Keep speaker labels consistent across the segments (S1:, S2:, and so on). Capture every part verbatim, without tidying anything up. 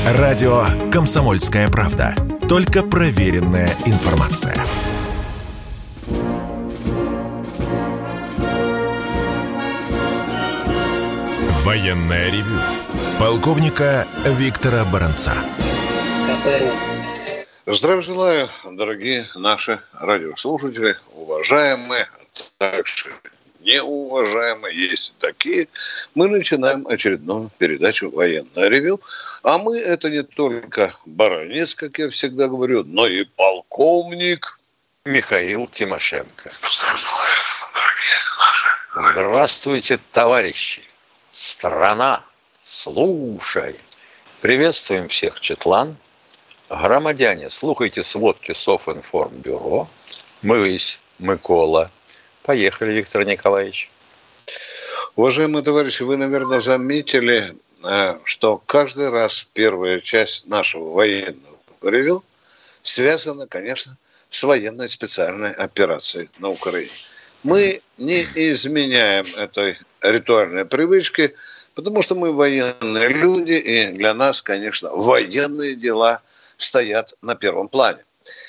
S1: Радио «Комсомольская правда». Только проверенная информация. Военное ревю полковника Виктора Баранца.
S2: Здравия желаю, дорогие наши радиослушатели, уважаемые, также неуважаемые, есть такие. Мы начинаем очередную передачу «Военное ревю». А мы — это не только баронец, как я всегда говорю, но и полковник
S3: Михаил Тимошенко. Здравствуйте, товарищи! Страна, слушай! Приветствуем всех, Четлан. Громадяне, слухайте сводки Софинформбюро. Мысь, Микола. Поехали, Виктор Николаевич.
S2: Уважаемые товарищи, вы, наверное, заметили, что каждый раз первая часть нашего военного ревю связана, конечно, с военной специальной операцией на Украине. Мы не изменяем этой ритуальной привычки, потому что мы военные люди, и для нас, конечно, военные дела стоят на первом плане.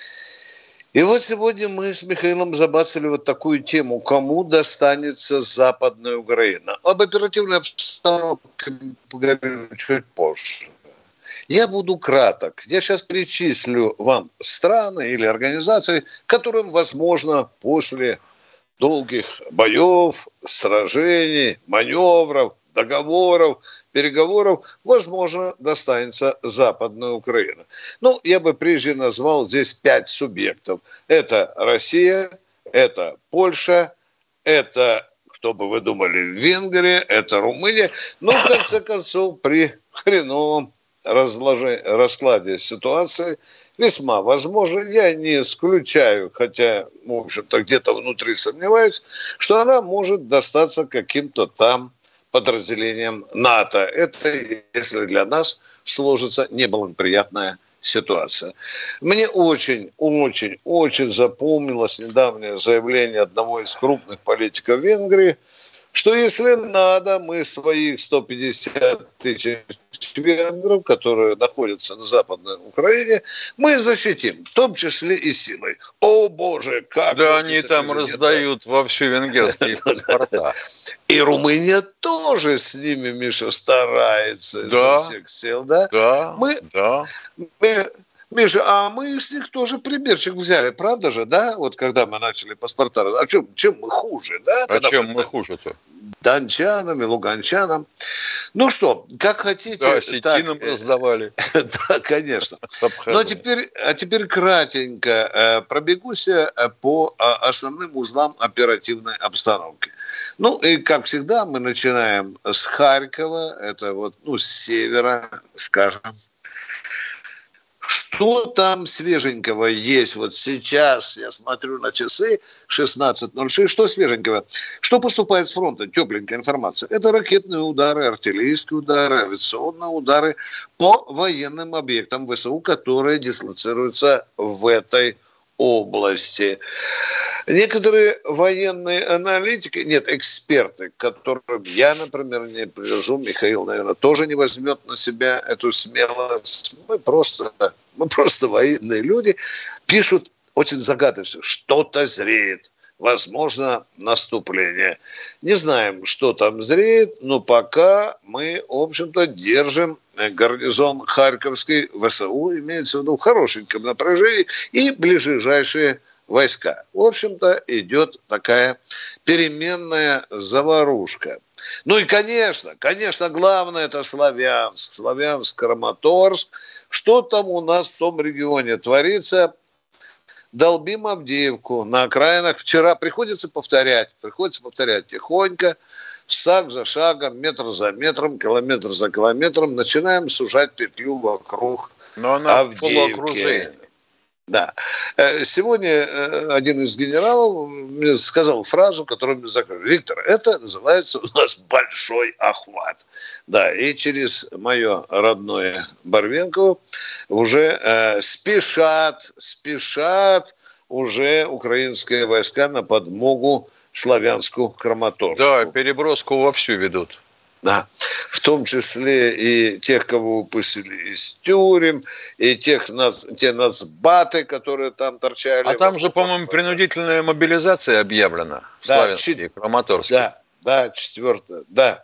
S2: И вот сегодня мы с Михаилом забацали вот такую тему: кому достанется Западная Украина. Об оперативной обстановке поговорим чуть позже. Я буду краток. Я сейчас перечислю вам страны или организации, которым, возможно, после долгих боев, сражений, маневров, договоров, переговоров, возможно, достанется Западная Украина. Ну, я бы прежде назвал здесь пять субъектов. Это Россия, это Польша, это, кто бы вы думали, Венгрия, это Румыния. Но, в конце концов, при хреновом разложении, раскладе ситуации весьма возможно, я не исключаю, хотя, в общем-то, где-то внутри сомневаюсь, что она может достаться каким-то там подразделением НАТО. Это если для нас сложится неблагоприятная ситуация. Мне очень, очень, очень запомнилось недавнее заявление одного из крупных политиков Венгрии, что если надо, мы своих сто пятьдесят тысяч венгров, которые находятся на Западной Украине, мы защитим, в том числе и силой. О, Боже, как...
S3: Да, они там раздают вовсю венгерские паспорта.
S2: И Румыния тоже с ними, Миша, старается изо всех сил, да?
S3: Да,
S2: мы,
S3: да.
S2: Мы, Миша, а мы с них тоже примерчик взяли, правда же, да? Вот когда мы начали паспорта. А чем, чем мы хуже, да?
S3: А чем мы, мы хуже-то?
S2: Дончанам и луганчанам. Ну что, как хотите.
S3: Да, осетинам раздавали.
S2: Да, конечно. Но теперь, а теперь кратенько пробегусь по основным узлам оперативной обстановки. Ну, и как всегда, мы начинаем с Харькова, это вот, ну, с севера, скажем. Что там свеженького есть вот сейчас? Я смотрю на часы шестнадцать ноль шесть. Что свеженького? Что поступает с фронта? Тепленькая информация. Это ракетные удары, артиллерийские удары, авиационные удары по военным объектам ВСУ, которые дислоцируются в этой области. Некоторые военные аналитики, нет, эксперты, которым я, например, не привержу, Михаил, наверное, тоже не возьмет на себя эту смелость. Мы просто, мы просто военные люди, пишут очень загадочно, что-то зреет. Возможно, наступление. Не знаем, что там зреет, но пока мы, в общем-то, держим гарнизон Харьковский ВСУ, имеется в виду в хорошеньком напряжении, и ближайшие войска. В общем-то, идет такая переменная заварушка. Ну и, конечно, конечно, главное — это Славянск. Славянск, Краматорск. Что там у нас в том регионе творится? Долбим Авдеевку на окраинах. Вчера приходится повторять, приходится повторять тихонько, шаг за шагом, метр за метром, километр за километром. Начинаем сужать петлю вокруг Авдеевки. Да. Сегодня один из генералов мне сказал фразу, которую мне закрыли. Виктор, это называется у нас большой охват. Да, и через мое родное Барвенково уже э, спешат, спешат уже украинские войска на подмогу Славянску, Краматорску.
S3: Да, переброску вовсю ведут.
S2: Да, в том числе и тех, кого выпустили из тюрем, и тех нац, те нацбаты, которые там торчали.
S3: А там же, по-моему, принудительная мобилизация объявлена в да, Славянске и Краматорске.
S2: Да, да, четвертое, да.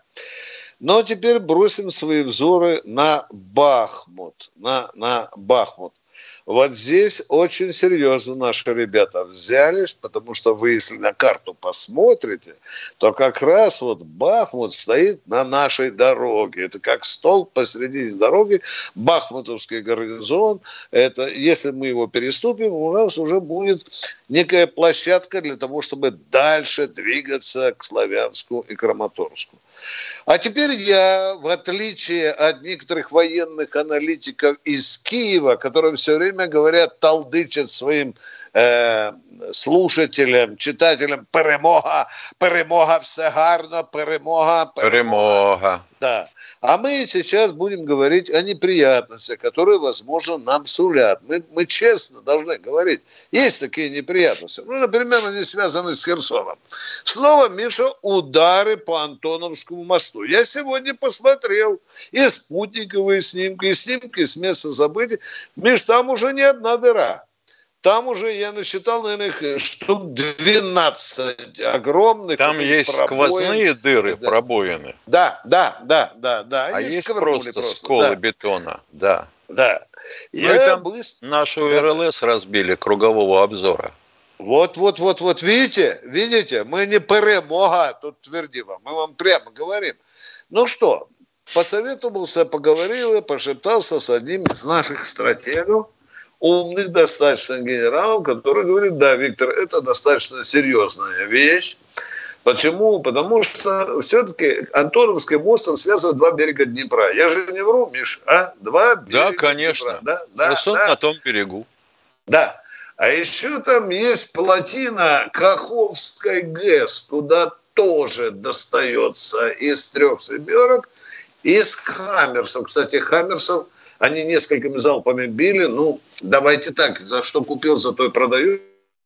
S2: Но теперь бросим свои взоры на Бахмут, на, на Бахмут. Вот здесь очень серьезно наши ребята взялись, потому что вы, если на карту посмотрите, то как раз вот Бахмут стоит на нашей дороге. Это как столб посередине дороги, Бахмутовский гарнизон. Это, если мы его переступим, у нас уже будет некая площадка для того, чтобы дальше двигаться к Славянску и Краматорску. А теперь я, в отличие от некоторых военных аналитиков из Киева, которые все время говорят, толдычат своим э, слушателям, читателям: перемога, перемога, все гарно, перемога, перемога.
S3: Перемога.
S2: Да. А мы сейчас будем говорить о неприятностях, которые, возможно, нам сулят. Мы, мы честно должны говорить. Есть такие неприятности. Ну, например, они связаны с Херсоном. Снова, Миша, удары по Антоновскому мосту. Я сегодня посмотрел и спутниковые снимки, и снимки с места событий. Миш, там уже не одна дыра. Там уже я насчитал, наверное, штук двенадцать огромных.
S3: Там есть пробоин. Сквозные дыры, да. Пробоины.
S2: Да, да, да, да, да.
S3: А есть просто, просто сколы да. бетона. Да.
S2: Да.
S3: Ну и там быстро... нашу эр эл эс разбили кругового обзора.
S2: Вот, вот, вот, вот, видите, видите, мы не перемога, тут твердим вам, мы вам прямо говорим. Ну что, посоветовался, поговорил, пошептался с одним из наших стратегов, умных достаточно генералов, который говорит: да, Виктор, это достаточно серьезная вещь. Почему? Потому что все-таки Антоновский мост, он связывает два берега Днепра. Я же не вру, Миш, а? Два берега
S3: Да, конечно.
S2: Днепра. Да, да,
S3: Херсон
S2: да.
S3: на том берегу.
S2: Да. А еще там есть плотина Каховской ГЭС, куда тоже достается из трех семерок, из хаммерсов. Кстати, хаммерсов они несколькими залпами били. Ну, давайте так, за что купил, за то и продаю.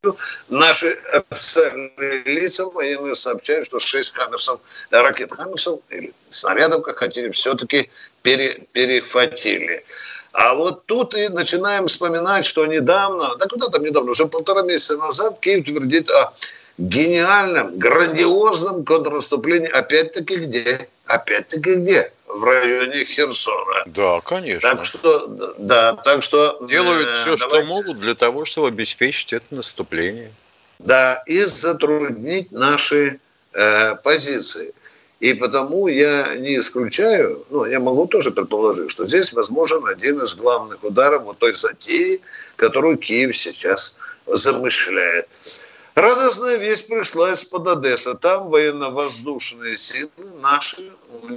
S2: Наши официальные лица военные сообщают, что шесть хаммерсов, ракет хаммерсов или снарядов, как хотели, все-таки пере, перехватили. А вот тут и начинаем вспоминать, что недавно, да куда там недавно, уже полтора месяца назад Киев твердит о гениальном, грандиозном контрнаступлении. Опять-таки где? Опять-таки где? В районе Херсона.
S3: Да, конечно.
S2: Так что, да, так что...
S3: Делают
S2: э,
S3: все,
S2: давайте...
S3: что могут для того, чтобы обеспечить это наступление.
S2: Да, и затруднить наши э, позиции. И потому я не исключаю, ну, я могу тоже предположить, что здесь возможен один из главных ударов вот той затеи, которую Киев сейчас замышляет. Радостная весть пришла из-под Одессы. Там военно-воздушные силы наши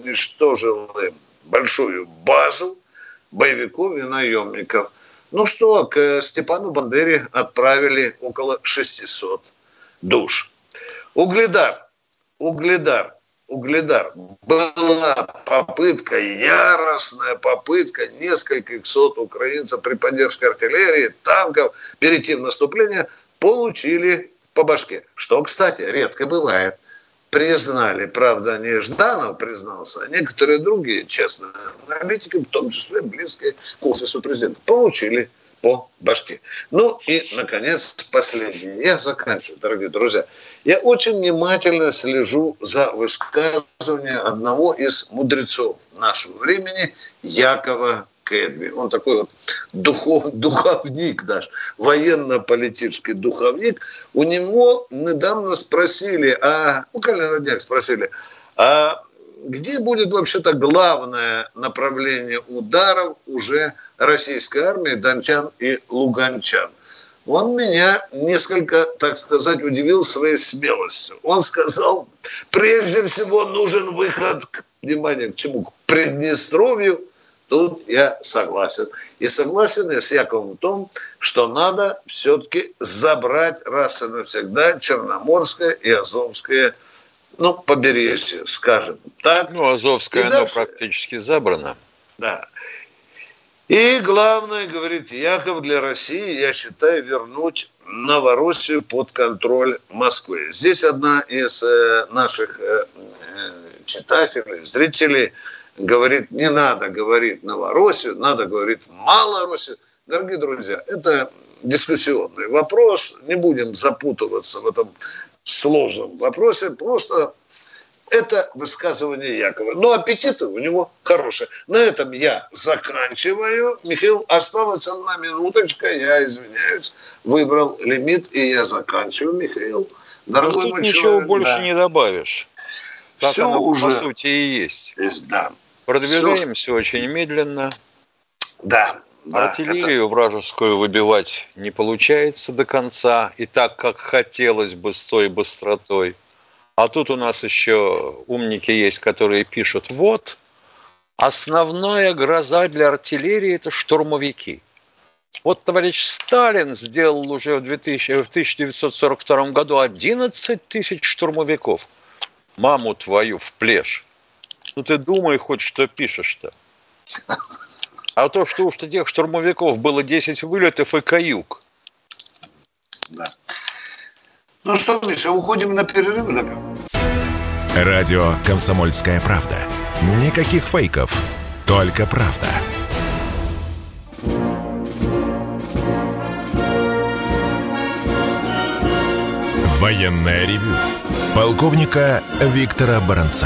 S2: уничтожили большую базу боевиков и наемников. Ну что, к Степану Бандере отправили около шестисот душ. Угледар, Угледар, Угледар. Была попытка, яростная попытка нескольких сот украинцев при поддержке артиллерии, танков перейти в наступление, получили по башке. Что, кстати, редко бывает. Признали, правда, не Жданов признался, а некоторые другие честные аналитики, в том числе близкие к офису президента, получили по башке. Ну и, наконец, последнее. Я заканчиваю, дорогие друзья. Я очень внимательно слежу за высказыванием одного из мудрецов нашего времени, Якова Кедви. Он такой вот духов, духовник даже, военно-политический духовник. У него недавно спросили, а, буквально на днях спросили, а где будет вообще-то главное направление ударов уже российской армии, дончан и луганчан? Он меня несколько, так сказать, удивил своей смелостью. Он сказал, прежде всего нужен выход, к, внимание, к чему? К Приднестровью. Тут я согласен. И согласен я с Яковом в том, что надо все-таки забрать раз и навсегда Черноморское и Азовское, ну, побережье, скажем так.
S3: Ну, Азовское, оно дальше практически забрано.
S2: Да. И главное, говорит Яков, для России, я считаю, вернуть Новороссию под контроль Москвы. Здесь одна из э, наших э, читателей, зрителей говорит, не надо говорить Новороссию, надо говорить Малороссию. Дорогие друзья, это дискуссионный вопрос, не будем запутываться в этом сложном вопросе, просто это высказывание Якова. Но аппетиты у него хорошие. На этом я заканчиваю. Михаил, осталась одна минуточка, я извиняюсь, выбрал лимит, и я заканчиваю, Михаил.
S3: Дорогой тут ничего человек, больше да. не добавишь. Так
S2: все
S3: оно,
S2: уже,
S3: по сути, и есть.
S2: есть да.
S3: Продвигаемся
S2: все.
S3: очень медленно.
S2: Да. Да,
S3: артиллерию
S2: это...
S3: вражескую выбивать не получается до конца, и так, как хотелось бы, с той быстротой. А тут у нас еще умники есть, которые пишут, вот, основная гроза для артиллерии – это штурмовики. Вот товарищ Сталин сделал уже в, две тысячи, в тысяча девятьсот сорок втором году одиннадцать тысяч штурмовиков. Маму твою в плешь. Ну ты думай хоть, что пишешь-то. А то, что уж тех штурмовиков было десять вылетов и каюк.
S2: Да. Ну что, Миша, уходим на перерыв?
S1: Радио «Комсомольская правда». Никаких фейков, только правда. Военное ревю полковника Виктора Баранца.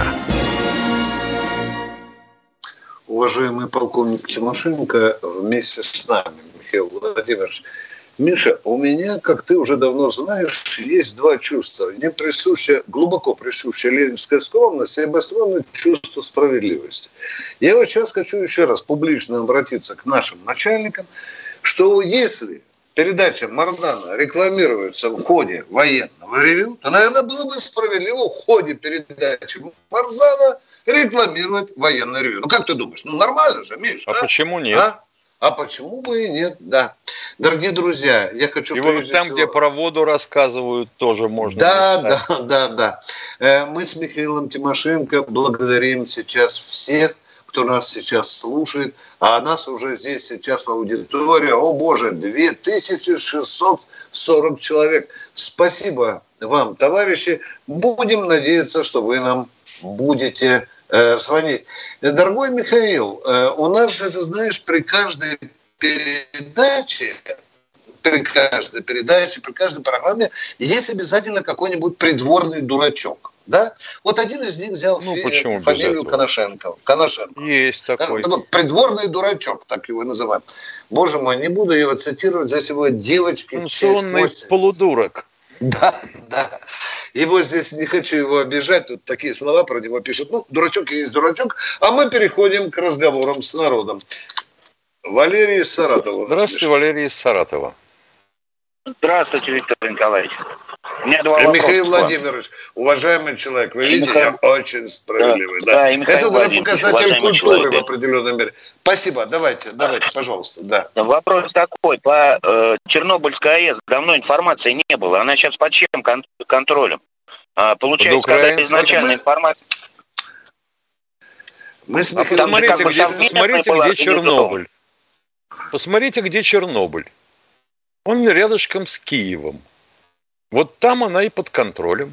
S2: Уважаемый полковник Тимошенко вместе с нами, Михаил Владимирович. Миша, у меня, как ты уже давно знаешь, есть два чувства. Мне присуща, глубоко присуща ленинская скромность и обостренное чувство справедливости. Я вот сейчас хочу еще раз публично обратиться к нашим начальникам, что если передача Мардана рекламируется в ходе военного ревью, то, наверное, было бы справедливо в ходе передачи Мардана рекламировать военное ревью. Ну, как ты думаешь? Ну, нормально же, Миш.
S3: А, а? почему нет?
S2: А? а почему бы и нет, да. Дорогие друзья, я хочу...
S3: И вот там, всего... где про воду рассказывают, тоже можно...
S2: Да, да, да, да. Мы с Михаилом Тимошенко благодарим сейчас всех, кто нас сейчас слушает, а нас уже здесь сейчас в аудитории, о боже, две тысячи шестьсот сорок человек. Спасибо вам, товарищи. Будем надеяться, что вы нам будете э, звонить. Дорогой Михаил, э, у нас же, ты знаешь, при каждой передаче, при каждой передаче, при каждой программе есть обязательно какой-нибудь придворный дурачок. Да? Вот один из них взял
S3: ну,
S2: фи- фамилию Коношенко. Коношенко.
S3: Есть такой.
S2: Да, придворный дурачок, так его называют. Боже мой, не буду его цитировать, за его девочки.
S3: Пенсионный полудурок.
S2: Да, да. Его здесь, не хочу его обижать, тут такие слова про него пишут. Ну, дурачок есть дурачок, а мы переходим к разговорам с народом. Валерий из Саратова.
S3: Здравствуйте, Валерий из Саратова.
S4: Здравствуйте, Виктор Николаевич. У меня два вопроса.
S2: Михаил Владимирович, уважаемый человек, вы видите, Михаил... я очень справедливый. Да, да. Да. Это даже показатель культуры человек. В определенной мере. Спасибо, давайте, давайте, пожалуйста. Да.
S4: Вопрос такой, по э, Чернобыльской АЭС давно информации не было, она сейчас под чем кон- контролем? А, получается, когда изначально информация...
S3: Мы с Михаилом... а посмотрите, где, посмотрите, где Чернобыль. Посмотрите, где Чернобыль. Он рядышком с Киевом. Вот там она и под контролем.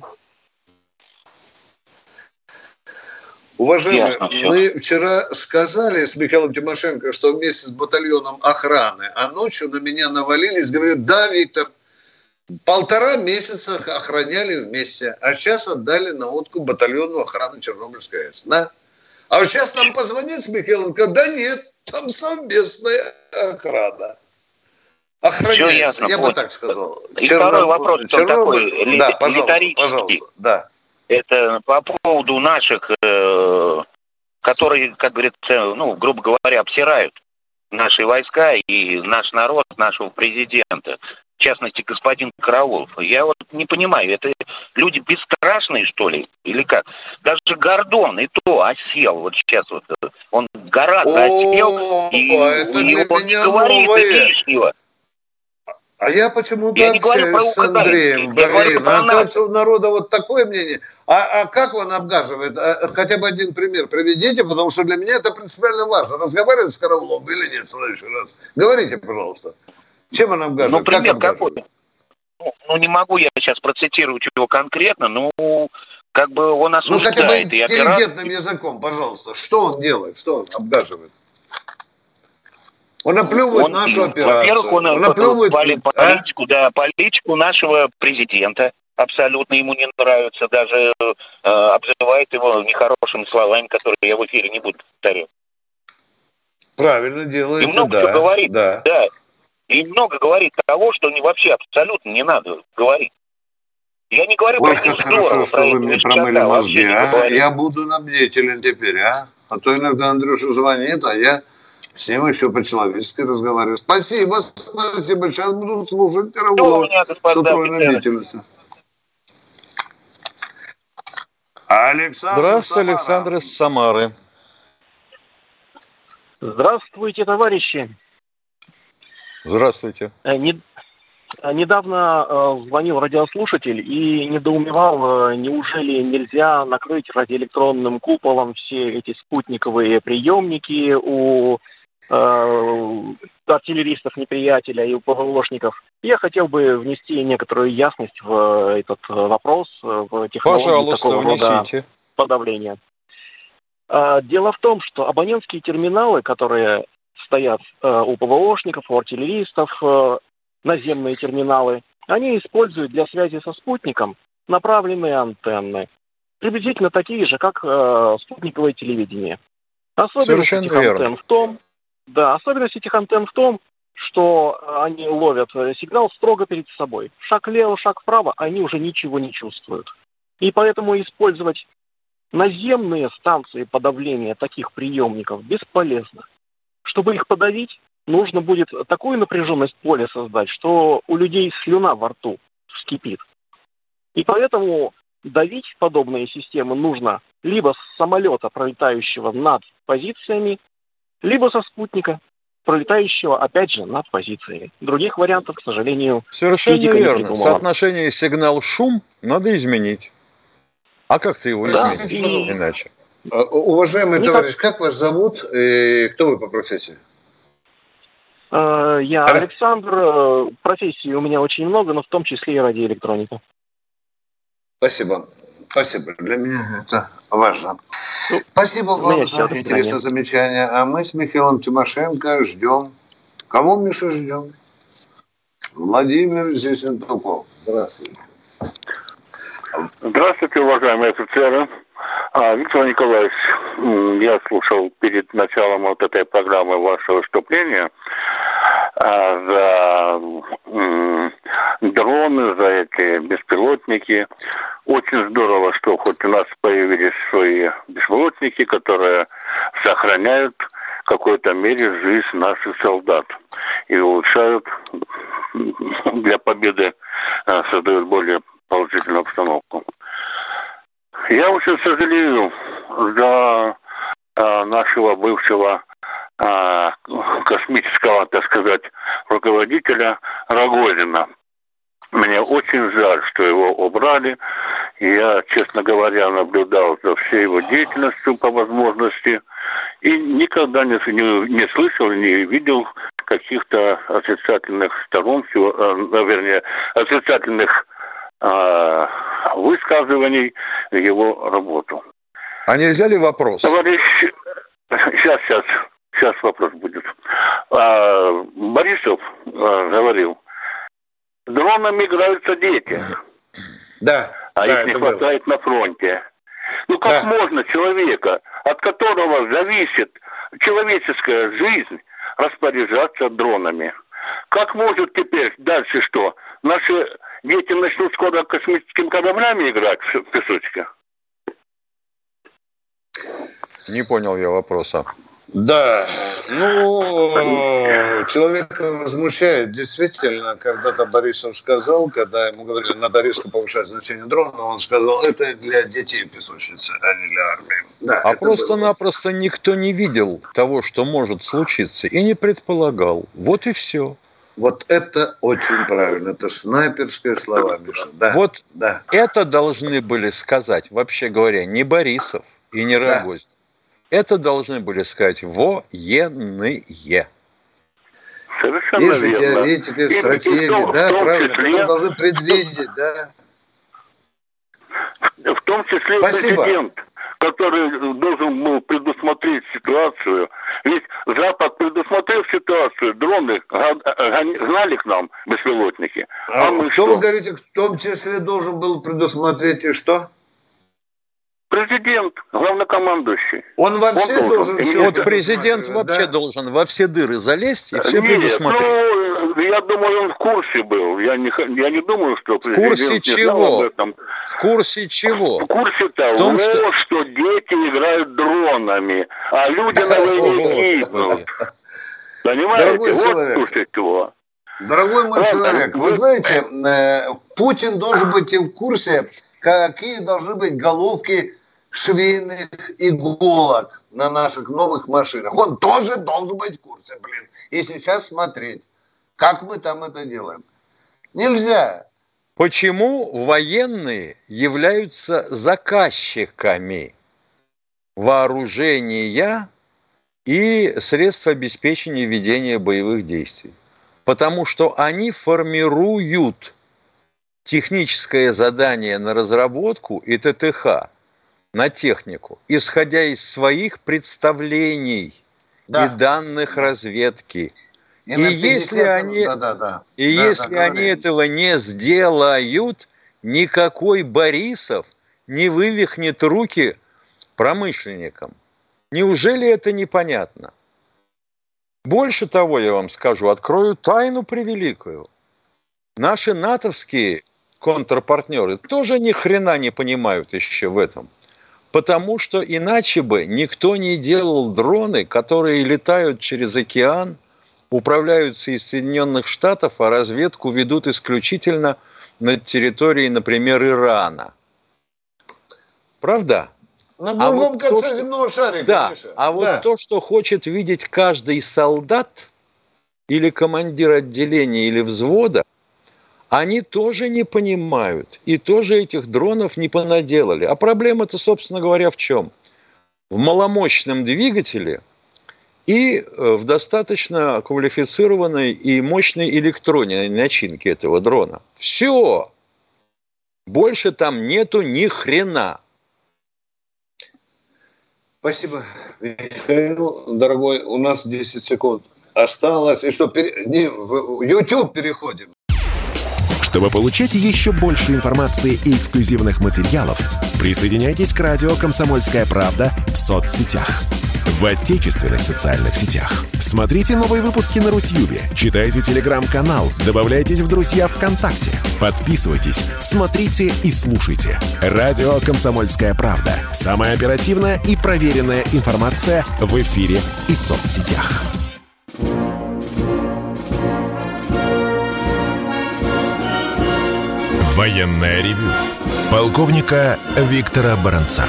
S2: Уважаемые, мы вчера сказали с Михаилом Тимошенко, что вместе с батальоном охраны, а ночью на меня навалились, говорят, да, Виктор, полтора месяца охраняли вместе, а сейчас отдали на откуп батальону охраны Чернобыльской АЭС. Да? А вот сейчас нам позвонит с Михаилом, говорят, да нет, там совместная охрана. Охраняется, я понял. бы так сказал.
S4: И Черноб... второй вопрос
S2: Чернобыль...
S4: такой,
S2: да, пожалуйста, пожалуйста, да.
S4: Это по поводу наших, э, которые, как говорится, ну, грубо говоря, обсирают наши войска и наш народ, нашего президента. В частности, господин Караулов. Я вот не понимаю, это люди бесстрашные, что ли, или как? Даже Гордон и то осел. Вот сейчас вот он гораздо осел, и он не говорит лишнего.
S2: А я почему-то я общаюсь с Андреем. Блин, оказывается, у народа вот такое мнение. А, а как он обгаживает? А, хотя бы один пример приведите, потому что для меня это принципиально важно. Разговаривать с Карауловым или нет в следующий раз? Говорите, пожалуйста. Чем он обгаживает?
S4: Ну, пример какой? Ну, ну, не могу я сейчас процитировать его конкретно, но как бы он осуждает.
S2: Ну, хотя бы
S4: и
S2: интеллигентным
S4: операцию...
S2: языком, пожалуйста. Что он делает? Что он обгаживает? Он оплевывает
S4: он,
S2: нашу операцию.
S4: Во-первых, он,
S2: он оплевывает
S4: поли,
S2: а?
S4: политику, да, политику нашего президента. Абсолютно ему не нравится. Даже э, обзывает его нехорошими словами, которые я в эфире не буду повторять.
S2: Правильно делаете,
S4: И много
S2: да.
S4: чего говорит.
S2: Да.
S4: да. И много говорит того, что не, вообще абсолютно не надо говорить. Я не говорю
S2: Ой,
S4: про
S2: как
S4: здорово,
S2: хорошо, что
S4: про
S2: вы мне промыли
S4: чата,
S2: мозги, а?
S4: не
S2: Я буду набдителен теперь, а? А то иногда Андрюша звонит, а я с ним еще по-человечески разговариваю. Спасибо, спасибо. Сейчас буду слушать Пирогова с утроенной бдительностью. Александр
S3: Здравствуйте,
S2: Самара.
S3: Александр из Самары.
S5: Здравствуйте, товарищи.
S3: Здравствуйте.
S5: Не... Недавно э, звонил радиослушатель и недоумевал, э, неужели нельзя накрыть радиоэлектронным куполом все эти спутниковые приемники у э, артиллеристов неприятеля и у ПВОшников. Я хотел бы внести некоторую ясность в этот вопрос, в технологии
S3: Пожалуйста,
S5: такого рода
S3: внесите.
S5: подавления. Э, дело в том, что абонентские терминалы, которые стоят э, у ПВОшников, у артиллеристов, э, наземные терминалы, они используют для связи со спутником направленные антенны, приблизительно такие же, как э, спутниковое телевидение. Особенность
S3: Совершенно
S5: этих
S3: верно.
S5: антенн в том, да, особенность этих антенн в том, что они ловят сигнал строго перед собой. Шаг влево, шаг вправо, они уже ничего не чувствуют. И поэтому использовать наземные станции подавления таких приемников бесполезно. Чтобы их подавить, нужно будет такую напряженность поля создать, что у людей слюна во рту вскипит. И поэтому давить подобные системы нужно либо с самолета, пролетающего над позициями, либо со спутника, пролетающего, опять же, над позициями. Других вариантов, к сожалению,
S3: Совершенно
S5: физика не
S3: верно.
S5: придумала.
S3: Соотношение сигнал-шум надо изменить. А как ты его
S5: Да,
S3: изменишь
S5: и-
S3: иначе?
S2: Уважаемый
S5: Никак.
S2: товарищ, как вас зовут и кто вы по профессии?
S5: Э, Я
S2: Алло.
S5: Александр, э, профессий у меня очень много, но в том числе и радиоэлектроника.
S2: Спасибо. Спасибо. Для меня это важно.
S5: Ну,
S2: Спасибо
S5: у меня
S2: вам
S5: всё,
S2: за
S5: до
S2: интересное
S5: свидания.
S2: замечание. А мы с Михаилом Тимошенко ждем. Кого, Миша, ждем? Владимир Зесентуков. Здравствуйте.
S6: Здравствуйте, уважаемые офицеры. А, Виктор Николаевич, м, я слушал перед началом вот этой программы ваше выступление а, за м, дроны, за эти беспилотники. Очень здорово, что хоть у нас появились свои беспилотники, которые сохраняют в какой-то мере жизнь наших солдат и улучшают для победы, а, создают более положительную обстановку. Я очень сожалею за а, нашего бывшего а, космического, так сказать, руководителя Рогозина. Мне очень жаль, что его убрали. Я, честно говоря, наблюдал за всей его деятельностью по возможности и никогда не, не, не слышал, не видел каких-то отрицательных сторон, вернее, отрицательных высказываний в его работу.
S3: А нельзя ли вопрос?
S6: Товарищ, сейчас, сейчас, сейчас вопрос будет. А, Борисов а, говорил, дронами играются дети,
S2: Да.
S6: а
S2: да,
S6: их не
S2: это
S6: хватает на фронте. Ну как
S2: Да.
S6: можно человека, от которого зависит человеческая жизнь, распоряжаться дронами? Как может теперь дальше что? Наши дети начнут скоро космическими кораблями играть в песочке?
S3: Не понял я вопроса.
S2: Да, ну, человека возмущает. Действительно, когда-то Борисов сказал, когда ему говорили, надо резко повышать значение дрона, он сказал, это для детей песочницы, а не для армии. Да,
S3: А
S2: это
S3: просто-напросто никто не видел того, что может случиться, и не предполагал. Вот и все.
S2: было. Вот это очень правильно. Это снайперские слова, Миша. Да,
S3: Вот
S2: да.
S3: это должны были сказать, вообще говоря, не Борисов и не
S2: Да.
S3: Рогозин. Это должны были сказать военные.
S6: Совершенно
S2: Есть же
S6: верно.
S2: теоретика,
S6: И- и
S2: стратегия,
S6: в том-
S2: да,
S6: в том
S2: правильно,
S6: числе-
S2: которые должны предвидеть, да.
S6: В том том числе
S2: Спасибо.
S6: Президент, который должен был предусмотреть ситуацию. Ведь Запад предусмотрел ситуацию, дроны гнали к нам, беспилотники.
S2: А,
S6: а мы
S2: что,
S6: что?
S2: вы говорите, в том числе должен был предусмотреть и что?
S6: Президент, главнокомандующий.
S2: Он вообще
S6: Он
S2: должен...
S6: должен.
S2: всё
S3: Вот
S2: это
S3: президент
S2: предусматривать,
S3: вообще
S2: да?
S3: должен во все дыры залезть и все
S6: Нет,
S3: предусмотреть.
S6: ну, я думаю, он в курсе был. Я не, я не думаю, что
S3: В курсе
S6: президент не знал
S3: чего?
S6: об этом.
S3: В курсе чего?
S6: В курсе того,
S3: В том, что-
S6: что... дети играют дронами, а люди на войне гибнут. Понимаете?
S2: Дорогой
S6: Вот
S2: человек.
S6: в курсе чего.
S2: Дорогой мой
S6: Ладно,
S2: человек, вы
S6: вы-
S2: знаете, э, Путин должен быть и в курсе, какие должны быть головки швейных иголок на наших новых машинах. Он тоже должен быть в курсе, блин. И сейчас смотреть, как мы там это делаем. Нельзя.
S3: Почему военные являются заказчиками вооружения и средств обеспечения ведения боевых действий? Потому что они формируют техническое задание на разработку и ТТХ, на технику, исходя из своих представлений
S2: Да.
S3: и данных разведки. И,
S2: на
S3: если
S2: пятьдесят
S3: они,
S2: Да, да, да.
S3: и
S2: Да,
S3: если
S2: да,
S3: они
S2: говори.
S3: этого не сделают, никакой Борисов не вывихнет руки промышленникам. Неужели это непонятно? Больше того, я вам скажу, открою тайну превеликую. Наши натовские контрпартнеры тоже ни хрена не понимают еще в этом. Потому что иначе бы никто не делал дроны, которые летают через океан, управляются из Соединенных Штатов, а разведку ведут исключительно над территорией, например, Ирана. Правда?
S2: На
S3: А
S2: другом
S3: вот
S2: конце
S3: то, что-
S2: земного шарика,
S3: Да,
S2: Миша.
S3: а вот
S2: Да.
S3: то, что хочет видеть каждый солдат или командир отделения или взвода, они тоже не понимают и тоже этих дронов не понаделали. А проблема-то, собственно говоря, в чем? В маломощном двигателе и в достаточно квалифицированной и мощной электронной начинке этого дрона. Все. Больше там нету ни хрена.
S2: Спасибо, Михаил. Дорогой, у нас десять секунд осталось. И что, пере... не, в YouTube переходим.
S1: Чтобы получать еще больше информации и эксклюзивных материалов, присоединяйтесь к радио «Комсомольская правда» в соцсетях. В отечественных социальных сетях. Смотрите новые выпуски на Рутьюбе, читайте телеграм-канал, добавляйтесь в друзья ВКонтакте, подписывайтесь, смотрите и слушайте. Радио «Комсомольская правда». Самая оперативная и проверенная информация в эфире и соцсетях. Военное ревю полковника Виктора Баранца.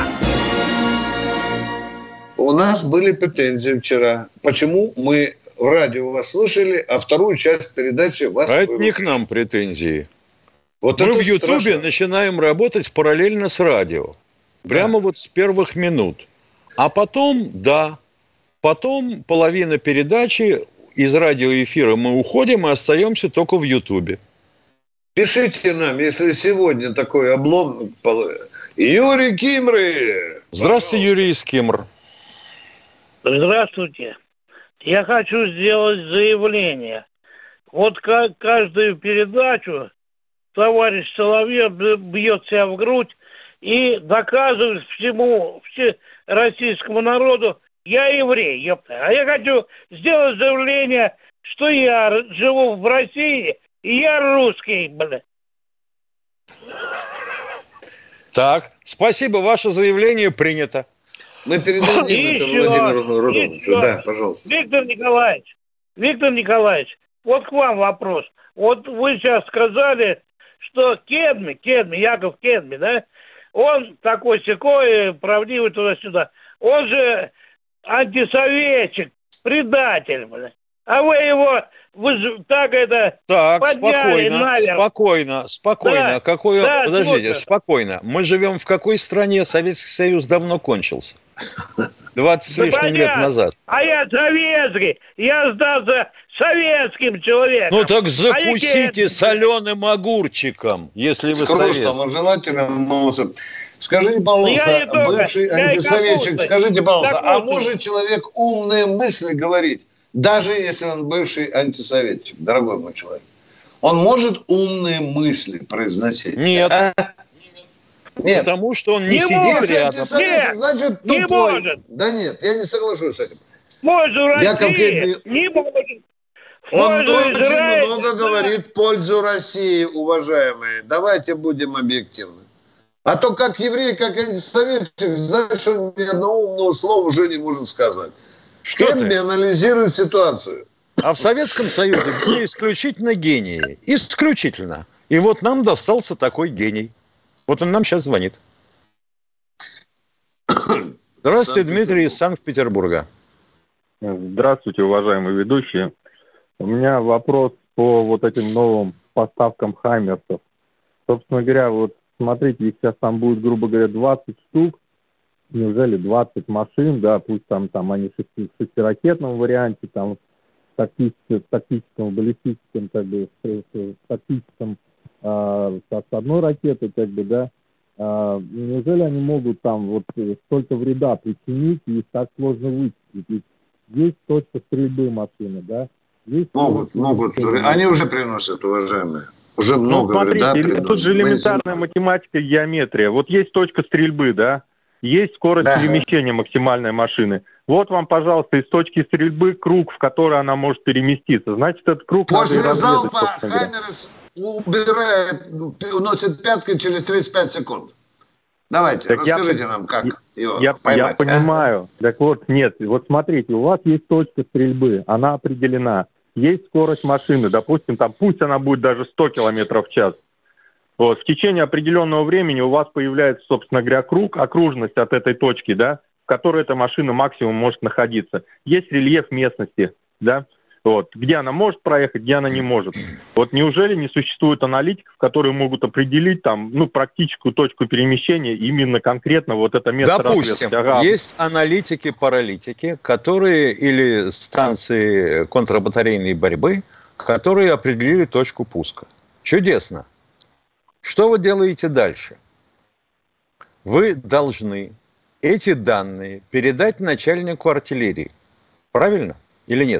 S2: У нас были претензии вчера. Почему мы в радио вас слышали, а вторую часть передачи вас...
S3: А это не к нам претензии.
S2: Вот
S3: Мы
S2: это
S3: в Ютубе
S2: страшно.
S3: начинаем работать параллельно с радио. Прямо вот с первых минут. А потом, да, потом половина передачи из радиоэфира мы уходим и остаемся только в Ютубе.
S2: Пишите нам, если сегодня такой облом... Юрий Кимры!
S3: Здравствуйте, Юрий из Кимр.
S7: Здравствуйте. Я хочу сделать заявление. Вот как каждую передачу товарищ Соловьев бьет себя в грудь и доказывает всему все, российскому народу: я еврей, ёпта. А я хочу сделать заявление, что я живу в России и я русский, бля.
S3: Так, спасибо, ваше заявление принято.
S2: Мы передадим
S7: И
S2: это
S7: еще,
S2: Владимиру Рудовичу.
S7: еще.
S2: Да, пожалуйста.
S7: Виктор Николаевич, Виктор Николаевич, вот к вам вопрос. Вот вы сейчас сказали, что Кедми, Кедми, Яков Кедми, да, он такой-сякой, правдивый туда-сюда. Он же антисоветчик, предатель, бля. А вы его, вы же так это
S3: Так,
S7: подняли
S3: спокойно,
S7: наверх.
S3: спокойно, спокойно.
S7: Да,
S3: Какой...
S7: да,
S3: Подождите,
S7: слушаю.
S3: спокойно. Мы живем в какой стране? Советский Союз давно кончился. двадцать с лишним лет назад.
S7: А я советский. Я сдался советским человеком.
S3: Ну так закусите а соленым огурчиком, если вы советский.
S2: Желательно. Скажите, пожалуйста, бывший антисоветчик, скажите, пожалуйста, а может человек умные мысли говорить, даже если он бывший антисоветчик, дорогой мой человек? Он может умные мысли произносить?
S3: Нет. А?
S2: Нет.
S3: Потому что он не, не сидит
S2: может.
S3: рядом.
S2: Нет, значит, тупой.
S7: Не может.
S2: Да нет, я не соглашусь с этим.
S7: Может,
S2: Яков
S7: Россия не может.
S2: Он
S7: может,
S2: очень
S7: Израиль,
S2: много да. говорит в пользу России, уважаемые. Давайте будем объективны. А то как еврей, как антисоветчик, знаешь, он ни одного умного слова уже не может сказать. Кенби анализирует ситуацию.
S3: А в Советском Союзе были исключительно гении. Исключительно. И вот нам достался такой гений. Вот он нам сейчас звонит. Здравствуйте, Дмитрий из Санкт-Петербурга.
S8: Здравствуйте, уважаемые ведущие. У меня вопрос по вот этим новым поставкам «Хаймерсов». Собственно говоря, вот смотрите, их сейчас там будет, грубо говоря, двадцать штук. Неужели двадцать машин, да, пусть там, там они в шестиракетном варианте, там в тактическом, тактическом баллистическом, как бы, в тактическом э, с одной ракетой, как бы, да. Э, неужели они могут там вот столько вреда причинить и их так сложно вычислить? Ведь есть точка стрельбы машины, да? Есть
S2: могут, могут. Они уже приносят, уважаемые. Уже много
S8: ну, смотрите,
S2: вреда приносят.
S8: Тут же элементарная математика, геометрия. Вот есть точка стрельбы, да? Есть скорость да. перемещения максимальной машины. Вот вам, пожалуйста, из точки стрельбы круг, в который она может переместиться. Значит, этот круг...
S2: После залпа Хаймерс убирает, уносит пяткой через тридцать пять секунд. Давайте, так расскажите я, нам, как
S8: я,
S2: его
S8: я,
S2: поймать.
S8: Я понимаю. А? Так вот, нет, вот смотрите, у вас есть точка стрельбы, она определена. Есть скорость машины, допустим, там, пусть она будет даже сто километров в час. Вот, в течение определенного времени у вас появляется, собственно говоря, круг, окружность от этой точки, да, в которой эта машина максимум может находиться. Есть рельеф местности, да, вот, где она может проехать, где она не может. Вот неужели не существует аналитиков, которые могут определить там, ну, практическую точку перемещения именно конкретно вот это место
S3: Допустим,
S8: разведки? Ага.
S3: Есть аналитики-паралитики, которые, или станции контрбатарейной борьбы, которые определили точку пуска. Чудесно. Что вы делаете дальше? Вы должны эти данные передать начальнику артиллерии. Правильно или нет?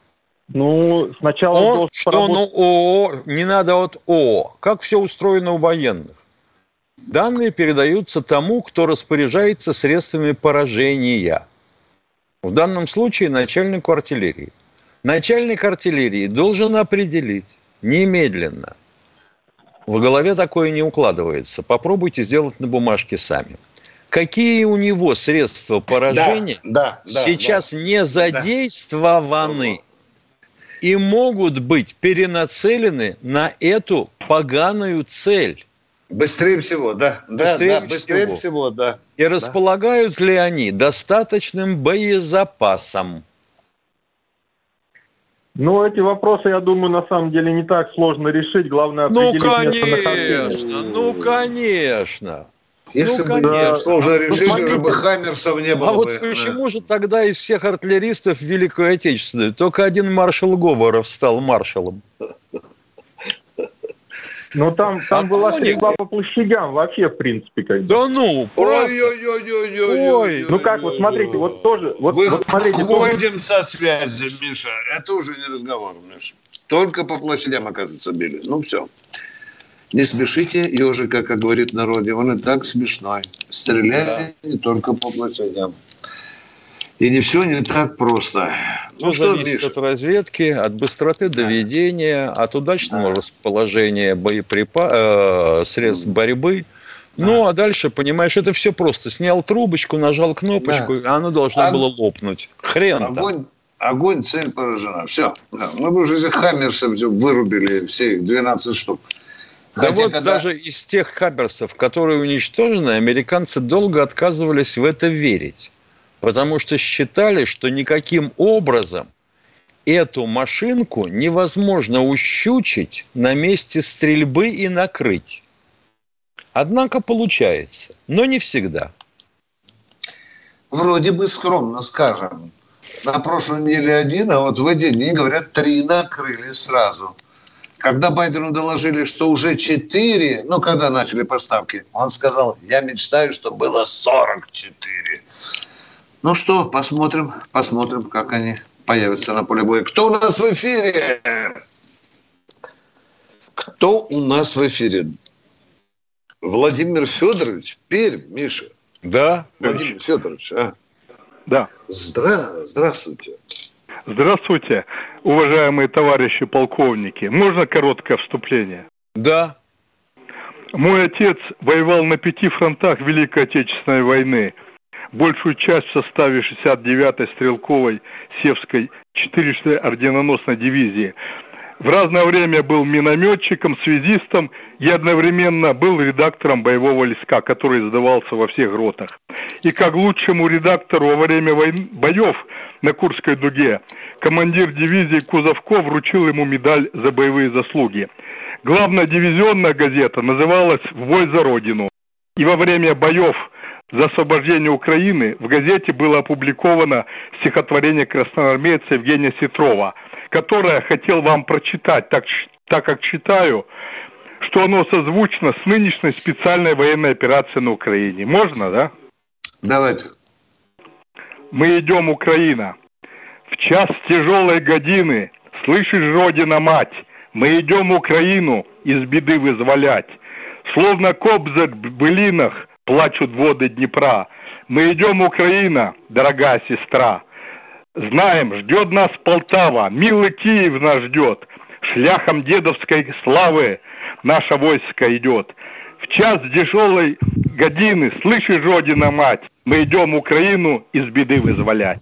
S8: Ну, сначала...
S3: Он, что поработать... ну, ООО, не надо от ООО. Как все устроено у военных? Данные передаются тому, кто распоряжается средствами поражения. В данном случае начальнику артиллерии. Начальник артиллерии должен определить немедленно. В голове такое не укладывается. Попробуйте сделать на бумажке сами. Какие у него средства поражения
S2: да, да,
S3: сейчас
S2: да,
S3: не задействованы да. и могут быть перенацелены на эту поганую цель?
S2: Быстрее всего, да.
S3: Быстрее,
S2: да, да, быстрее всего. всего, да.
S3: И да. располагают ли они достаточным боезапасом?
S8: Ну, эти вопросы, я думаю, на самом деле не так сложно решить. Главное определить
S3: ну, конечно,
S8: местонахождение.
S3: Ну, конечно.
S2: Если
S3: ну,
S2: бы да. сложно решить, ну, уже бы Хаммерсов не было
S3: А
S2: бы.
S3: вот почему да. же тогда из всех артиллеристов Великой Отечественной только один маршал Говоров стал маршалом?
S8: Ну, там, там а была стрельба по площадям вообще, в принципе. Как бы.
S3: Да ну,
S2: ой-ой-ой-ой-ой.
S8: Ну как, вот смотрите, вот тоже... Вот,
S2: Вы
S8: вот смотрите,
S2: выходим тоже... со связи, Миша. Это уже не разговор, Миша. Только по площадям, оказывается, били. Ну, все. Не смешите ежика, как говорит народе. Он и так смешной. Стреляли да. не только по площадям. И не все не так просто.
S3: Ну, ну что, зависит Миша? От разведки, от быстроты доведения, от удачного да. расположения боеприпасов, э, средств борьбы. Да. Ну, а дальше, понимаешь, это все просто. Снял трубочку, нажал кнопочку, да. и оно должно а... было лопнуть. Хрен
S2: огонь,
S3: там.
S2: Огонь, цель поражена. Все. Да. Мы бы уже этих Хаммерсов вырубили, все их двенадцать штук.
S3: Да Хотя, вот когда... даже из тех Хаммерсов, которые уничтожены, американцы долго отказывались в это верить. Потому что считали, что никаким образом эту машинку невозможно ущучить на месте стрельбы и накрыть. Однако получается, но не всегда.
S2: вроде бы скромно скажем. На прошлой неделе один, а вот в эти дни, говорят, три накрыли сразу. Когда Байдену доложили, что уже четыре, ну, когда начали поставки, он сказал, я мечтаю, что было сорок четыре. Ну что, посмотрим, посмотрим, как они появятся на поле боя. Кто у нас в эфире? Кто у нас в эфире? Владимир Федорович? Пермь, Миша?
S3: Да.
S2: Владимир Федорович, а?
S9: Да.
S2: Здра... Здравствуйте.
S9: Здравствуйте, уважаемые товарищи полковники. Можно короткое вступление?
S3: Да.
S9: Мой отец воевал на пяти фронтах Великой Отечественной войны. Большую часть в составе шестьдесят девятой стрелковой Севской четырежды орденоносной дивизии. В разное время был минометчиком, связистом и одновременно был редактором боевого листка, который издавался во всех ротах. И как лучшему редактору во время войн... боев на Курской дуге командир дивизии Кузовков вручил ему медаль за боевые заслуги. Главная дивизионная газета называлась «В бой за Родину». И во время боев за освобождение Украины в газете было опубликовано стихотворение красноармейца Евгения Ситрова, которое хотел вам прочитать, так, так как считаю, что оно созвучно с нынешней специальной военной операцией на Украине. Можно, да?
S2: Давайте.
S9: Мы идем, Украина, в час тяжелой годины, слышишь, Родина-мать, мы идем Украину из беды вызволять. Словно кобзарь в былинах плачут воды Днепра. Мы идем, Украина, дорогая сестра. Знаем, ждет нас Полтава, милый Киев нас ждет. Шляхом дедовской славы наше войско идет. В час тяжелой годины, слышишь, Родина-мать, мы идем Украину из беды вызволять.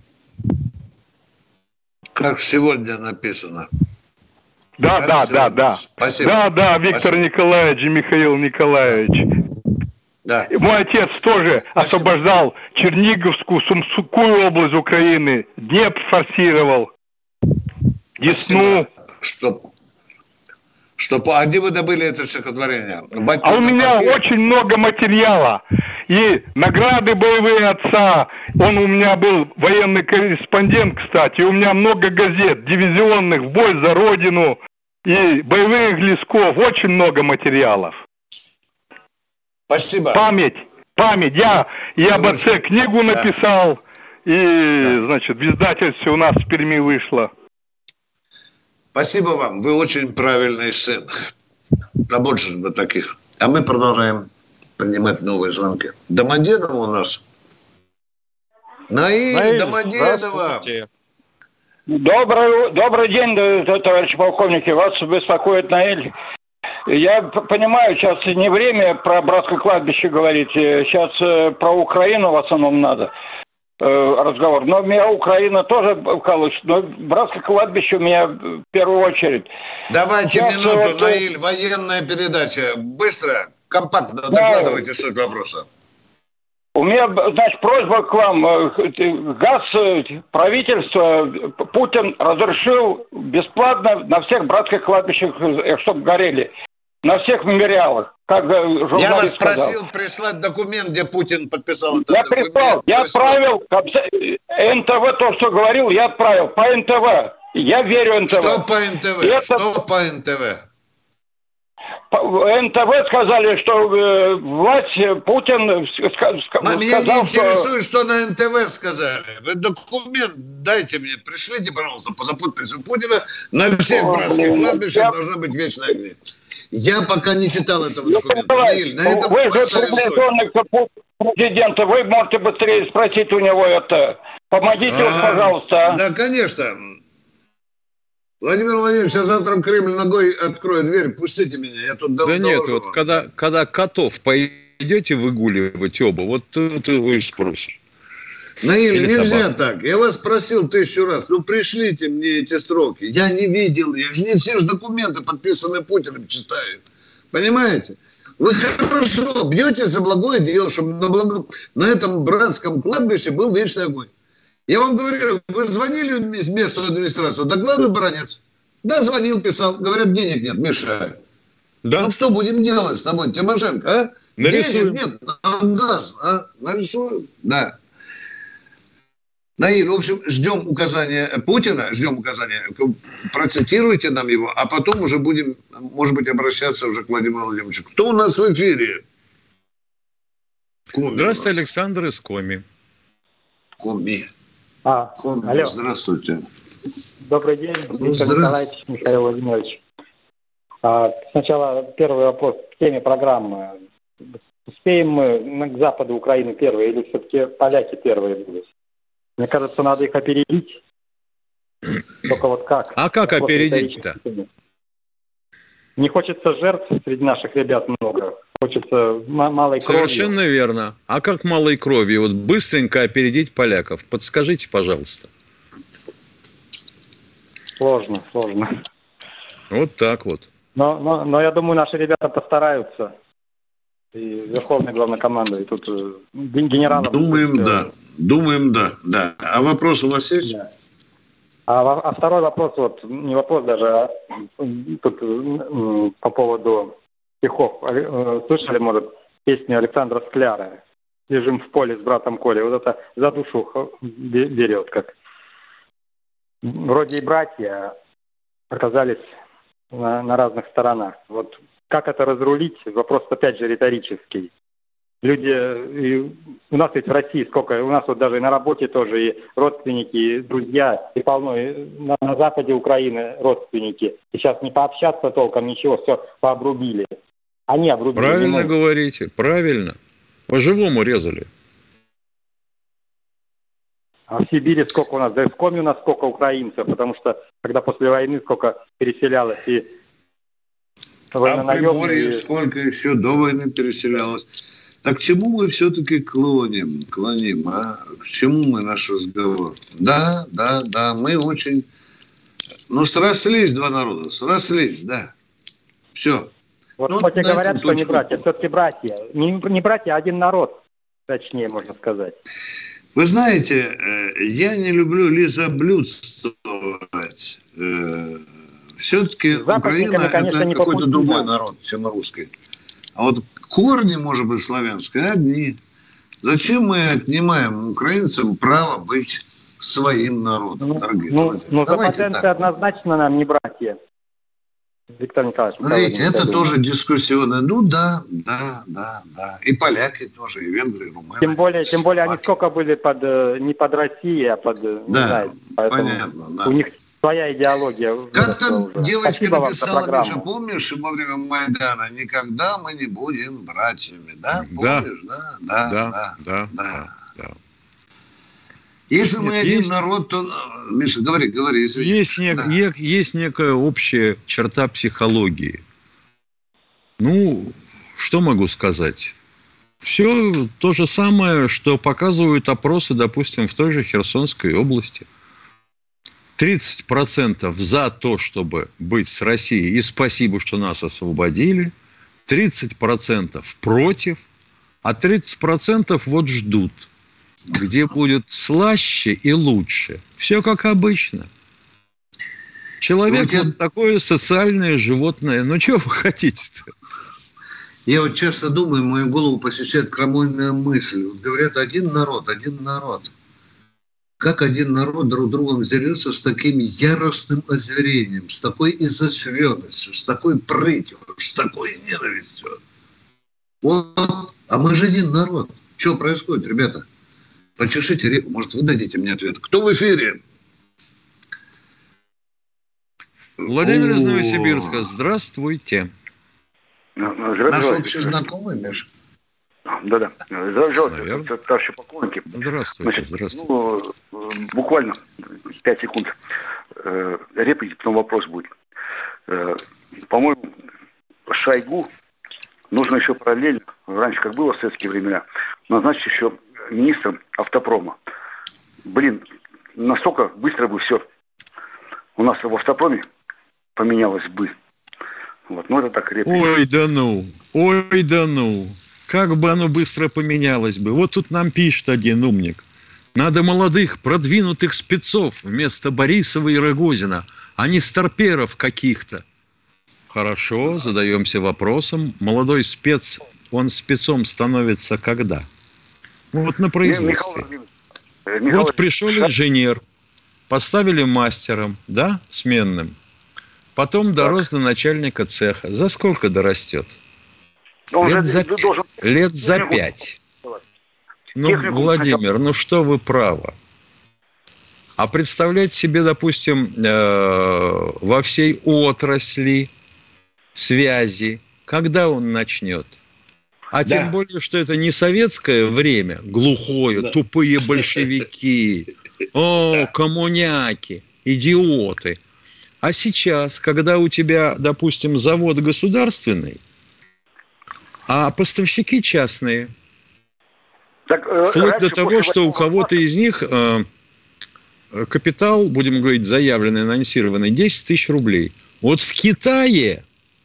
S2: Как сегодня написано.
S9: Да,
S2: как
S9: да,
S2: сегодня.
S9: да, да.
S2: Спасибо.
S9: Да, да, Виктор
S2: Спасибо.
S9: Николаевич и Михаил Николаевич.
S2: Да.
S9: Мой отец тоже
S2: Спасибо.
S9: освобождал Черниговскую, Сумскую область Украины, Днепр форсировал, Десну.
S2: Что, что, а где вы добыли это стихотворение?
S9: А у меня очень много материала. И награды боевые отца. Он у меня был военный корреспондент, кстати. И у меня много газет дивизионных, в бой за Родину. И боевых листков. Очень много материалов.
S2: Спасибо.
S9: Память. Память. Я, я об отце книгу написал. Да. И, да. значит, в издательстве у нас в Перми вышло.
S2: Спасибо вам. Вы очень правильный сын. Побольше бы таких. А мы продолжаем принимать новые звонки. Домодедово у нас. Наиль, Наиль Домодедово.
S10: Добрый, добрый день, товарищи полковники. Вас беспокоит Наиль. Я понимаю, сейчас не время про братское кладбище говорить. Сейчас про Украину в основном надо разговор. Но меня Украина тоже колышет. Но братское кладбище у меня в первую очередь.
S2: Давайте
S10: сейчас
S2: минуту,
S10: вот...
S2: Наиль. Военная передача. Быстро, компактно да. докладывайте суть вопроса.
S10: У меня, значит, просьба к вам. Газ, правительство, Путин разрешил бесплатно на всех братских кладбищах, чтобы горели. На всех мемориалах. Как журналист
S2: я вас просил
S10: сказал.
S2: прислать документ, где Путин подписал это.
S10: Я прислал, я отправил. эн тэ вэ то, что говорил, я отправил. По эн тэ вэ. Я верю эн тэ вэ.
S2: Что по эн тэ вэ? Это... Что по эн тэ вэ?
S10: эн тэ вэ сказали, что э, власть Путин ска- ска-
S2: а
S10: сказал,
S2: меня не интересует,
S10: что...
S2: что на эн тэ вэ сказали. Вы документ дайте мне, пришлите, пожалуйста, за подписью Путина. На всех братских кладбищах я... должна быть вечная огня. Я пока не читал этого документа. Наиль, на этом
S10: вы же приближенный к президенту, вы можете быстрее спросить у него это. Помогите, вот, пожалуйста.
S2: Да, конечно. Владимир Владимирович, я завтра в Кремль ногой открою дверь, пустите меня, я тут давно.
S3: Да нет, вот когда, когда котов пойдете выгуливать оба, вот ты, ты вы спросишь.
S2: Наиль, Или нельзя собак. Так. Я вас просил тысячу раз, ну пришлите мне эти строки. Я не видел, я же не все же документы, подписанные Путиным, читаю. Понимаете? Вы хорошо бьете за благое дело, чтобы на, благо... на этом братском кладбище был вечный огонь. Я вам говорю, вы звонили в местную администрацию, докладывай, баронец. Да, звонил, писал. Говорят, денег нет, Миша. Да? Ну что будем делать с тобой, Тимошенко, а?
S3: Нарисуем.
S2: Денег нет, на газ, а? Нарисуем, да. Ну и, в общем, ждем указания Путина, ждем указания, процитируйте нам его, а потом уже будем, может быть, обращаться уже к Владимиру Владимировичу. Кто у нас в эфире?
S3: Коми. Здравствуйте, Александр из Коми.
S2: Коми.
S5: А,
S2: Коми.
S5: алло.
S2: Здравствуйте.
S5: Добрый день,
S2: Ну,
S5: Виктор Николаевич, Михаил Владимирович. А, сначала первый вопрос к теме программы. Успеем мы к западу Украины первые или все-таки поляки первые будут? Мне кажется, надо их опередить. Только вот как?
S3: А как опередить-то?
S5: Не хочется жертв среди наших ребят много. Хочется малой крови.
S3: Совершенно верно. А как малой крови? Вот быстренько опередить поляков. Подскажите, пожалуйста.
S5: Сложно, сложно.
S3: Вот так вот.
S5: Но, но, но я думаю, наши ребята постараются. И верховный главнокомандующий. Тут генералов...
S2: Думаем, тут, да. Думаем, да. да. А вопрос у вас есть?
S5: Да. А, а второй вопрос, вот не вопрос даже, а тут по поводу стихов. Слышали, может, песню Александра Скляра «Лежим в поле с братом Колей». Вот это за душу берет, как вроде и братья оказались на, на разных сторонах. Вот как это разрулить? Вопрос опять же риторический. Люди, и у нас ведь в России сколько, у нас вот даже и на работе тоже и родственники, и друзья, и полно, и на, на западе Украины родственники. И сейчас не пообщаться толком, ничего, все пообрубили. Они обрубили.
S3: Правильно говорите, правильно. По-живому резали.
S5: А в Сибири сколько у нас, да и в Коми у нас сколько украинцев, потому что когда после войны сколько переселялось и
S2: военнонаемные... А в Приморье сколько еще до войны переселялось. Так к чему мы все-таки клоним, клоним, а? К чему мы наш разговор? Да, да, да, мы очень... Ну, срослись два народа, срослись, да. Все.
S5: Вот ну, хоть и говорят, что точку... не братья, все-таки братья. Не, не братья, а один народ, точнее, можно сказать.
S2: Вы знаете, я не люблю лизоблюдствовать. Все-таки Украина – это какой-то другой народ, чем русский. А вот корни, может быть, славянские, одни. Зачем мы отнимаем украинцам право быть своим народом,
S5: ну,
S2: дорогие
S5: ну,
S2: друзья?
S5: Ну, западенцы однозначно нам не братья. Виктор Николаевич.
S2: Ну, видите, это думаю. Тоже дискуссионное. Ну, да, да, да, да. И поляки тоже, и венгры, и румыны.
S5: Тем более, тем более они сколько были под, не под Россией, а под, не
S2: да,
S5: знаю,
S2: понятно, да.
S5: У них своя идеология.
S2: Как-то девочка написала, Миша, помнишь, во время Майдана, никогда мы не будем братьями, да? Помнишь, да? Да, да, да, да. да, да. Если Нет, мы один есть... народ, то... Миша, говори, говори, извини.
S3: Есть, нек... да. есть некая общая черта психологии. Ну, что могу сказать? Все то же самое, что показывают опросы, допустим, в той же Херсонской области. тридцать процентов за то, чтобы быть с Россией, и спасибо, что нас освободили. тридцать процентов против, а тридцать процентов вот ждут, где будет слаще и лучше. Все как обычно. Человек вот, вот я... такое социальное животное. Ну, чего вы хотите-то?
S2: Я вот часто думаю, мою голову посещает крамольная мысль. Вот говорят, один народ, один народ. Как один народ друг другом дерется с таким яростным озверением, с такой изощренностью, с такой прытью, с такой ненавистью. Вот. А мы же один народ. Что происходит, ребята? Почешите репу, может, вы дадите мне ответ. Кто в эфире?
S3: Владимир из Новосибирска. Здравствуйте.
S2: Наш общий знакомый, Миша?
S11: Да-да. Здравствуйте, старшие полковники.
S3: Здравствуйте,
S11: Значит,
S3: здравствуйте.
S11: Ну, буквально пять секунд реплики, потом вопрос будет. По-моему, Шойгу нужно еще параллельно, раньше, как было в советские времена, назначить еще министром автопрома. Блин, настолько быстро бы все у нас в автопроме поменялось бы. Вот, ну это так реплика.
S3: Ой, да ну, ой, да ну. Как бы оно быстро поменялось бы. Вот тут нам пишет один умник. Надо молодых, продвинутых спецов вместо Борисова и Рогозина, а не старперов каких-то. Хорошо, задаемся вопросом. Молодой спец, он спецом становится когда? Вот на производстве.
S11: Михаил...
S3: Вот пришел инженер, поставили мастером, да, сменным. Потом дорос до начальника цеха. За сколько дорастет?
S11: Он
S3: лет
S11: же
S3: за пять.
S11: должен...
S3: Лет за пять. Ну, технику Владимир, сначала... ну что вы правы. А представлять себе, допустим, э, во всей отрасли связи, когда он начнет? А да. Тем более, что это не советское время, глухое, да. Тупые большевики, о, коммуняки, идиоты. А сейчас, когда у тебя, допустим, завод государственный, а поставщики частные, так, э, вплоть до того, что у кого-то из них э, капитал, будем говорить, заявленный, анонсированный, десять тысяч рублей. Вот в Китае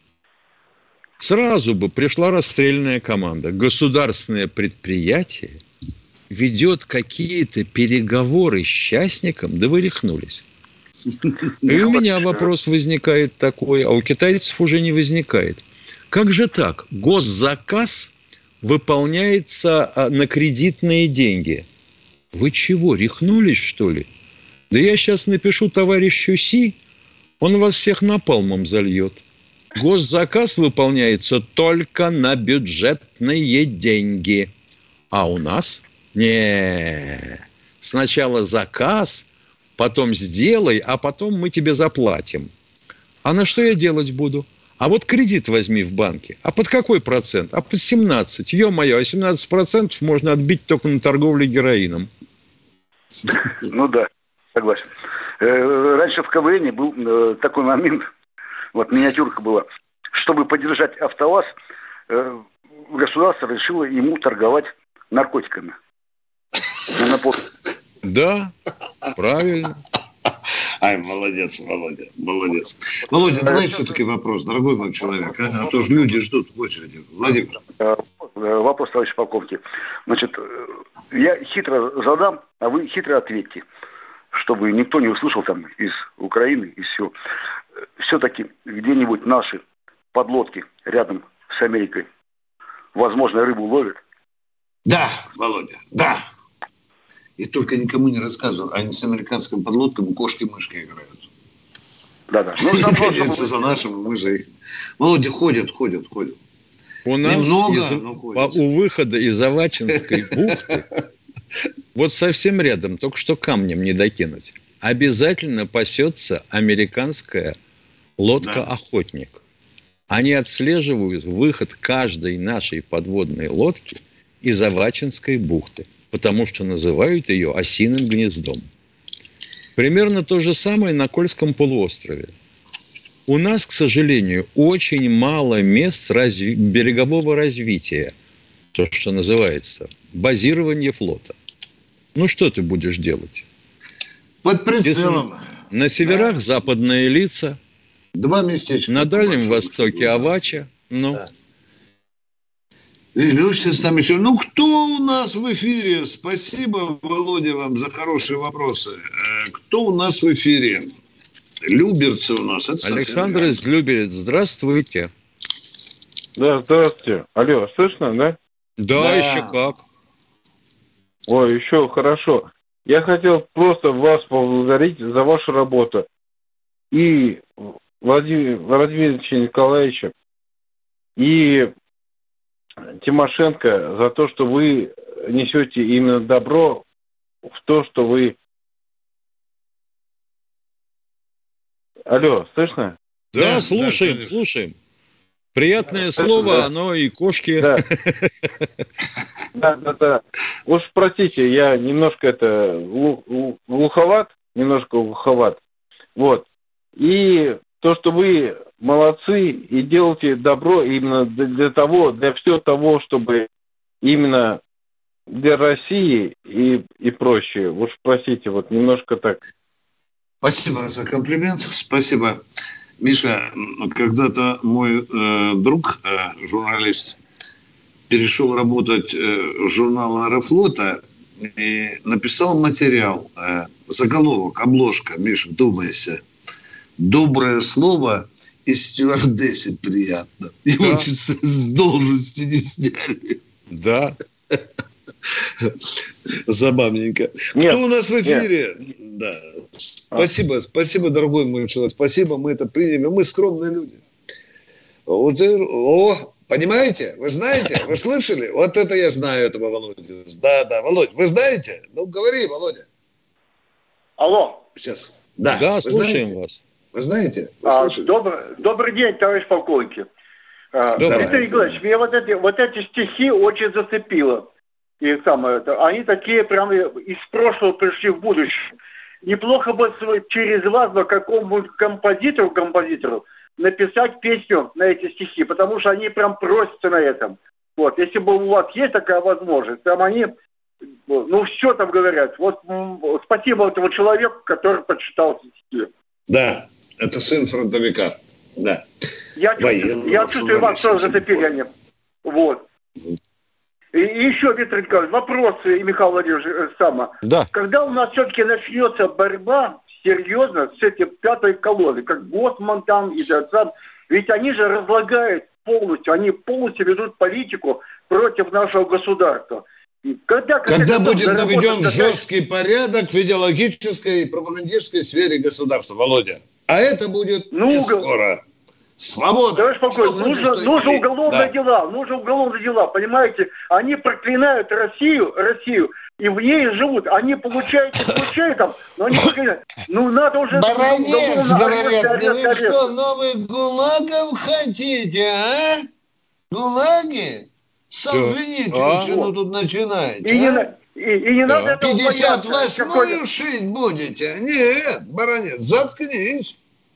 S3: сразу бы пришла расстрельная команда. Государственное предприятие ведет какие-то переговоры с частником, да вы рехнулись. И у меня вопрос возникает такой, а у китайцев уже не возникает. Как же так? Госзаказ выполняется на кредитные деньги. Вы чего, рехнулись, что ли? Да я сейчас напишу товарищу Си, он вас всех напалмом зальет. Госзаказ выполняется только на бюджетные деньги. А у нас? Не. Сначала заказ, потом сделай, а потом мы тебе заплатим. А на что я делать буду? А вот кредит возьми в банке. А под какой процент? А под семнадцать. Ё-моё, а семнадцать процентов можно отбить только на торговле героином.
S11: Ну да, согласен. Раньше в КВН был такой момент, вот миниатюрка была. Чтобы поддержать АвтоВАЗ, государство решило ему торговать наркотиками.
S3: Да, правильно.
S2: Ай, молодец, Володя, молодец. Володя, давай все-таки вопрос, дорогой мой человек, а, а то же люди ждут в очереди. Владимир.
S11: Вопрос, товарищ полковник. Значит, я хитро задам, а вы хитро ответьте, чтобы никто не услышал там из Украины и все. Все-таки где-нибудь наши подлодки рядом с Америкой, возможно, рыбу ловят?
S2: Да, Володя, да. И только никому не рассказывал. Они с американским подлодком кошки-мышки играют.
S11: Да-да.
S2: Ну, гоняются за нашим, мы же их... Володя, ходят, ходят, ходят.
S3: У нас Немного, из... но ходят. У выхода из Авачинской бухты, вот совсем рядом, только что камнем не докинуть, обязательно пасется американская лодка-охотник. Они отслеживают выход каждой нашей подводной лодки из Авачинской бухты, потому что называют ее осиным гнездом. Примерно то же самое на Кольском полуострове. У нас, к сожалению, очень мало мест разви... берегового развития, то, что называется базирование флота. Ну, что ты будешь делать?
S2: Под прицелом.
S3: Если на северах да. западные лица,
S2: два местечка.
S3: На Дальнем Востоке Авача. Ну. Да.
S2: Там еще. Ну, кто у нас в эфире? Спасибо, Володя, вам за хорошие вопросы. Кто у нас в эфире? Люберцы у нас. Это
S3: Александр из Люберец. Здравствуйте.
S8: Да, здравствуйте. Алло, слышно, да?
S3: Да, да, еще как.
S8: Ой, еще хорошо. Я хотел просто вас поблагодарить за вашу работу. И Владимира Владимировича Николаевича, и Тимошенко за то, что вы несете именно добро в то, что вы... Алло, слышно?
S3: Да, да слушаем, да, слушаем. Приятное да, слово, да. Оно и кошки.
S8: Да. да, да, да. Уж простите, я немножко это глуховат, немножко глуховат. Вот. И то, что вы молодцы и делаете добро именно для того, для всего того, чтобы именно для России и, и прочее. Уж простите, вот немножко так.
S2: Спасибо за комплимент. Спасибо. Миша, когда-то мой э, друг, э, журналист, перешел работать э, в журнал «Аэрофлота» и написал материал, э, заголовок, обложка, Миша, вдумайся. Доброе слово из стюардессы приятно. Его да. чуть с должности не сняли.
S3: Да.
S2: Забавненько. Нет, кто у нас в эфире? Нет. Да. Спасибо, спасибо, дорогой мой человек. Спасибо, мы это приняли. Мы скромные люди. Вот, о, понимаете? Вы знаете? Вы слышали? Вот это я знаю этого Володю. Да, да, Володь, вы знаете? Ну, говори, Володя.
S12: Алло.
S2: Сейчас. Да,
S12: да
S2: слушаем
S12: знаете?
S2: вас. Вы знаете? Вы
S12: а, добрый, добрый день, товарищ полковник. Виктор Николаевич, меня вот эти, вот эти стихи очень зацепило. И самое это, они такие прям из прошлого пришли в будущее. Неплохо бы через вас, бы какому-нибудь композитору, композитору написать песню на эти стихи, потому что они прям просятся на этом. Вот, если бы у вас есть такая возможность, там они, ну, все там говорят. Вот спасибо этому человеку, который прочитал эти стихи.
S2: Да, это сын фронтовика. Да.
S12: Я, я чувствую, вас тоже зацепили они. Вот. И, и еще, Виктор Николаевич, вопрос, и Михаил Владимирович, само.
S3: Да.
S12: Когда у нас все-таки начнется борьба серьезно с этой пятой колонной, как Госман там и там, ведь они же разлагают полностью, они полностью ведут политику против нашего государства. И когда
S2: когда будет наведен жесткий порядок в идеологической и пропагандистской сфере государства, Володя? А это будет ну, не скоро. Свобода.
S12: Товарищ полковник, нужно, нужно уголовные да. дела, нужно уголовные дела, понимаете? Они проклинают Россию, Россию, и в ней живут. Они получают, получают там, но они проклинают. Ну, надо уже...
S2: Баронец, говорят, да вы что, новых гулагов хотите, а? Гулаги? Солженицын, ну тут начинаете,
S12: и
S2: а?
S12: Не, и, и не да. надо этого
S2: пятьдесят восьмую шить будете? Нет, баронец, заткнись.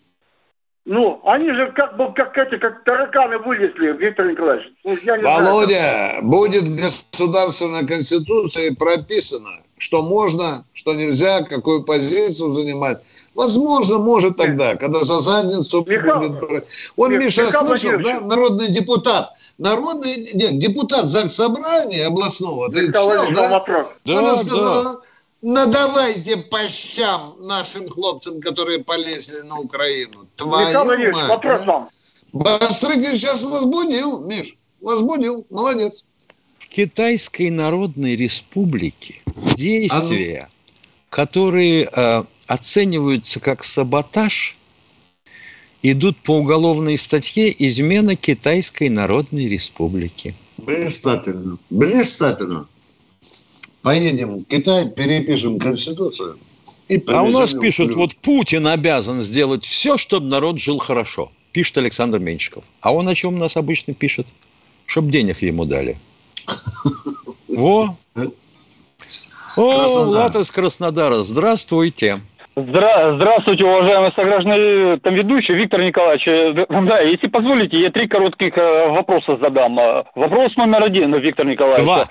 S12: Ну, они же как бы, как эти, как тараканы вылезли, Виктор Николаевич. Ну, я не
S2: Володя,
S12: знаю,
S2: будет в государственной конституции прописано, что можно, что нельзя, какую позицию занимать. Возможно, может тогда, когда за задницу
S12: Михаил,
S2: будет брать. Он, Мих, Миша, Михаил слышал, да? Народный депутат. Народный, нет, депутат Заксобрания областного. Ты читал, да?
S12: Вопрос.
S2: Да, Он сказал, да. Надавайте по щам нашим хлопцам, которые полезли на Украину.
S12: Твою мать. Вопрос вам.
S2: Бастрыкин сейчас возбудил, Миш. Возбудил. Молодец.
S3: В Китайской Народной Республике действия, а ну? которые э, оцениваются как саботаж, идут по уголовной статье «Измена Китайской Народной Республики».
S2: Блистательно. Блистательно. Поедем в Китай, перепишем Конституцию. И
S3: а у нас пишут, вот Путин обязан сделать все, чтобы народ жил хорошо. Пишет Александр Меньшиков. А он о чем нас обычно пишет? Чтоб денег ему дали. Во! О, Влад из Краснодара. Здравствуйте.
S10: Здра- Здравствуйте, уважаемые сограждане, там ведущий Виктор Николаевич. Да, если позволите, я три коротких вопроса задам. Вопрос номер один, Виктор Николаевич.
S3: Два.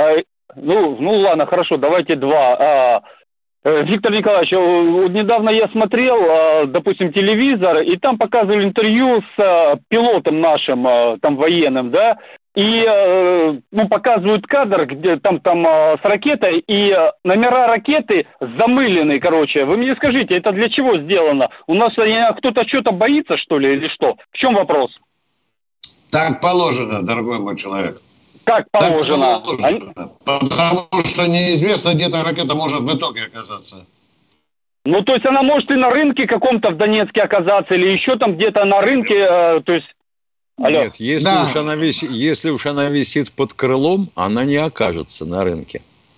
S10: Ну, ну ладно, хорошо, давайте два. Виктор Николаевич, недавно я смотрел, допустим, телевизор, и там показывали интервью с пилотом нашим, там военным, да, и ну, показывают кадр, где там, там с ракетой, и номера ракеты замылены, короче. Вы мне скажите, это для чего сделано? У нас кто-то что-то боится, что ли, или что? В чем вопрос?
S2: Так положено, дорогой мой человек.
S10: Как положено?
S2: Так положено. Потому что неизвестно, где эта ракета может в итоге оказаться.
S10: Ну, то есть она может и на рынке каком-то в Донецке оказаться, или еще там где-то на рынке, э, то есть...
S3: Алло. Нет, если, да. уж она висит, если уж она висит под крылом, она не окажется на рынке.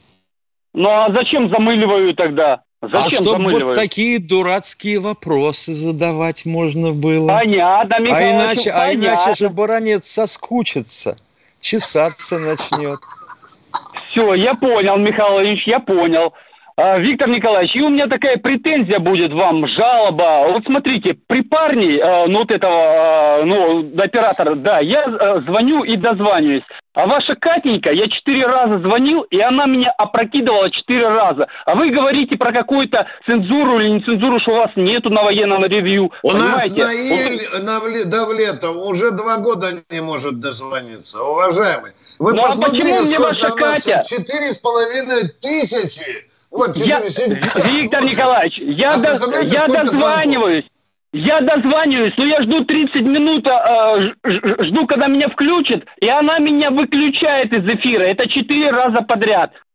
S10: Ну, а зачем замыливают тогда? Зачем
S3: а чтобы вот такие дурацкие вопросы задавать можно было.
S10: Понятно, Михаил,
S3: а иначе,
S10: понятно.
S3: А иначе же баронец соскучится, чесаться начнет.
S10: Все, я понял, Михаил Ильич, я понял. А, Виктор Николаевич, и у меня такая претензия будет вам, жалоба. Вот смотрите, при парне, э, ну вот этого, э, ну, оператора, да, я э, звоню и дозваниваюсь. А ваша Катенька, я четыре раза звонил, и она меня опрокидывала четыре раза. А вы говорите про какую-то цензуру или не цензуру, что у вас нету на военном ревью.
S2: У понимаете? нас Наиль Он... Давлетов уже два года не может дозвониться, уважаемый. Вы
S10: ну,
S2: посмотрите,
S10: а почему мне ваша Катя?
S2: Четыре с половиной тысячи. Вот,
S10: я... Виктор Николаевич, я, а до... я дозваниваюсь. Звонков? Я дозваниваюсь, но я жду тридцать минут, э, жду, когда меня включат, и она меня выключает из эфира. Это четыре раза подряд.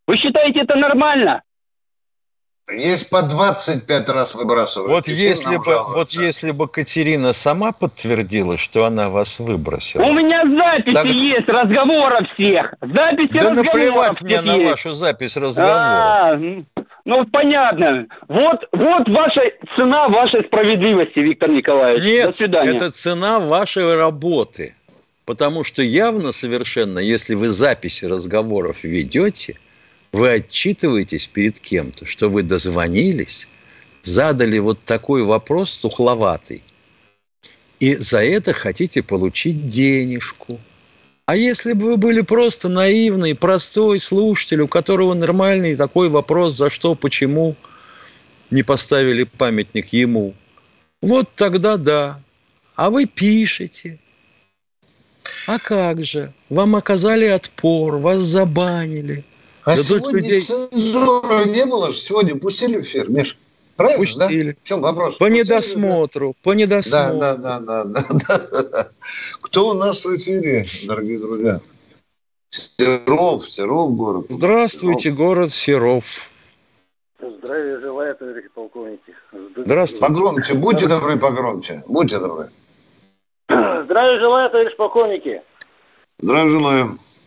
S13: Вы считаете это нормально?
S2: Есть по двадцать пять раз выбрасывают.
S3: Вот если, бы, вот если бы Катерина сама подтвердила, что она вас выбросила.
S13: У меня записи так... есть, разговоров всех. Записи
S3: да
S13: разговоров
S3: наплевать мне
S13: есть.
S3: На вашу запись разговора.
S13: А, ну, понятно. Вот, вот ваша цена вашей справедливости, Виктор Николаевич.
S3: Нет,
S13: до свидания.
S3: Это цена вашей работы. Потому что явно совершенно, если вы записи разговоров ведете, вы отчитываетесь перед кем-то, что вы дозвонились, задали вот такой вопрос тухловатый, и за это хотите получить денежку. А если бы вы были просто наивный, простой слушатель, у которого нормальный такой вопрос, за что, почему не поставили памятник ему, вот тогда да. А вы пишете. А как же? Вам оказали отпор, вас забанили.
S2: А
S3: да
S2: сегодня людей... цензуры не было же. Сегодня пустили в эфир, Миш. Правильно,
S3: пустили.
S2: Да? В чем вопрос?
S3: По
S2: пустили,
S3: недосмотру, да? по недосмотру.
S2: Да, да, да, да, да. Кто у нас в эфире, дорогие друзья? Серов, Серов город.
S3: Здравствуйте, Серов. Город Серов.
S14: Здравия желаю, товарищи полковники.
S2: Здравствуйте. Погромче, будьте добры, погромче. Будьте добры.
S14: Здравия желаю, товарищи полковники.
S2: Здравия желаю.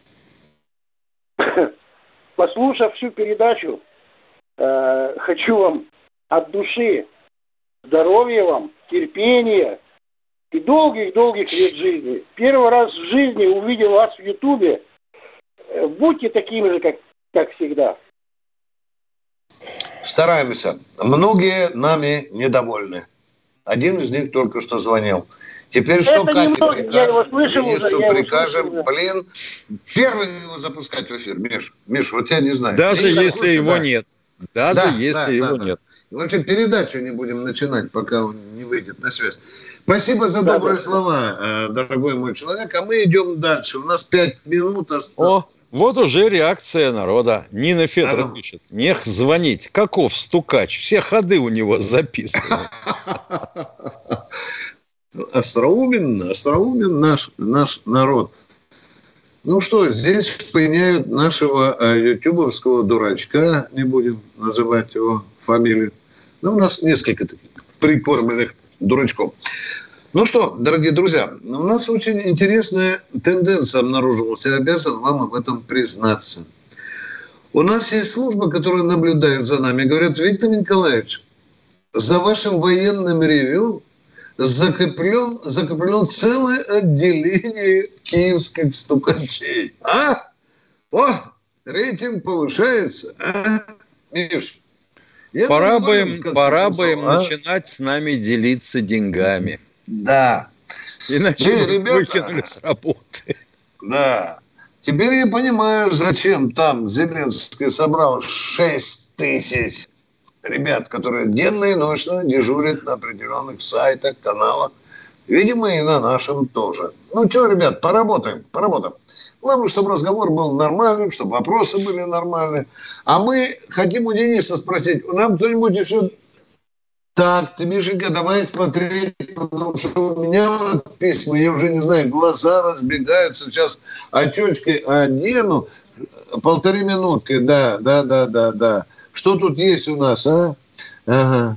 S14: Послушав всю передачу, э, хочу вам от души здоровья вам, терпения и долгих-долгих лет жизни. Первый раз в жизни увидел вас в Ютубе. Будьте такими же, как, как всегда.
S2: Стараемся. Многие нами недовольны. Один из них только что звонил. Теперь это что Кате немного, прикажем? Я его слышал уже, я прикажем, его блин, первый его запускать в эфир, Миш. Миш, вот я не знаю.
S3: Даже если вкусно, его да. нет. Даже да, если да, его да, нет.
S2: Да. Вообще передачу не будем начинать, пока он не выйдет на связь. Спасибо за да, добрые да, слова, да. дорогой мой человек. А мы идем дальше. У нас пять минут осталось.
S3: О, вот уже реакция народа. Нина Федорова а пишет. Нех звонить. Каков стукач? Все ходы у него записаны.
S2: Остроумен, остроумен наш, наш народ. Ну что, здесь впыняют нашего ютубовского дурачка, не будем называть его фамилию. Ну, у нас несколько таких прикормленных дурачков. Ну что, дорогие друзья, у нас очень интересная тенденция обнаружилась. Я обязан вам об этом признаться. У нас есть служба, которая наблюдает за нами. Говорят, Виктор Николаевич, за вашим военным ревью закреплен, закреплен целое отделение киевских стукачей. А? О, рейтинг повышается. А? Миш,
S3: пора бы им, пора бы им а? начинать с нами делиться деньгами.
S2: Да.
S3: Иначе мы ребята, выкинули с работы.
S2: Да. Теперь я понимаю, зачем там Зеленский собрал шесть тысяч ребят, которые денно и ночно дежурят на определенных сайтах, каналах. Видимо, и на нашем тоже. Ну что, ребят, поработаем, поработаем. Главное, чтобы разговор был нормальным, чтобы вопросы были нормальные. А мы хотим у Дениса спросить, нам кто-нибудь еще... Так, ты, Мишенька, давай смотреть, потому что у меня вот письма, я уже не знаю, глаза разбегаются, сейчас очечки одену, полторы минутки, да, да, да, да, да. Что тут есть у нас, а? Ага.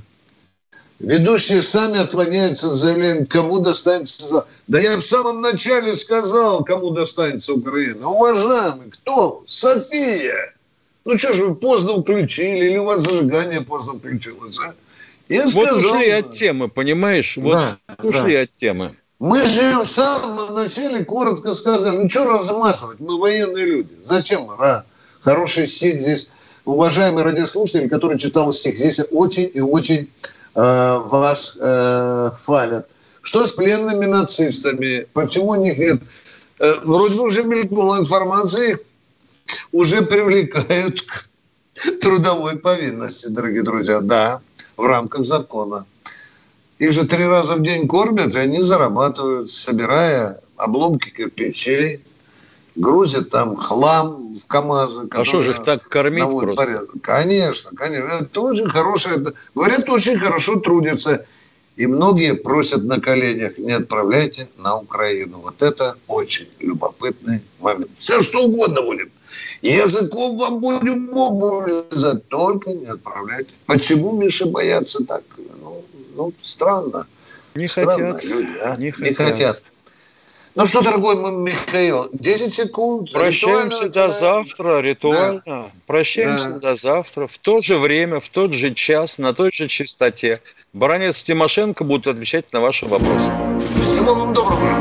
S2: Ведущие сами отклоняются от заявления, кому достанется... Да я в самом начале сказал, кому достанется Украина. Уважаемый, кто? София! Ну что ж вы поздно включили, или у вас зажигание поздно включилось, а? Я
S3: вот
S2: сказал,
S3: ушли от темы, понимаешь? Вот да, ушли да. от темы.
S2: Мы же в самом начале коротко сказали, ну что размазывать, мы военные люди. Зачем мы? А? Хороший стих здесь. Уважаемый радиослушатель, который читал стих, здесь очень и очень э, вас э, хвалят. Что с пленными нацистами? Почему у них нет? Э, вроде бы уже мелькнула информация, уже привлекают к трудовой повинности, дорогие друзья. Да. В рамках закона. Их же три раза в день кормят, и они зарабатывают, собирая обломки кирпичей, грузят там хлам в КАМАЗы.
S3: А что же их так кормить просто?
S2: Порядок. Конечно, конечно. Это очень хорошее. Говорят, очень хорошо трудятся. И многие просят на коленях, не отправляйте на Украину. Вот это очень любопытный момент. Все что угодно будет. Языком вам будем бобу лизать, только не отправляйте. Почему, Миша, боятся так? Ну, ну странно.
S3: Не
S2: странно,
S3: хотят.
S2: Люди, а?
S3: Не,
S2: не
S3: хотят.
S2: хотят. Ну что, дорогой мой Михаил, десять секунд.
S3: Прощаемся до завтра, ритуально. Да. Прощаемся да. до завтра. В то же время, в тот же час, на той же частоте. Баронец Тимошенко будут отвечать на ваши вопросы.
S2: Всего вам доброго.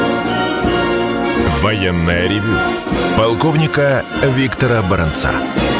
S1: Военное ревю полковника Виктора Баранца.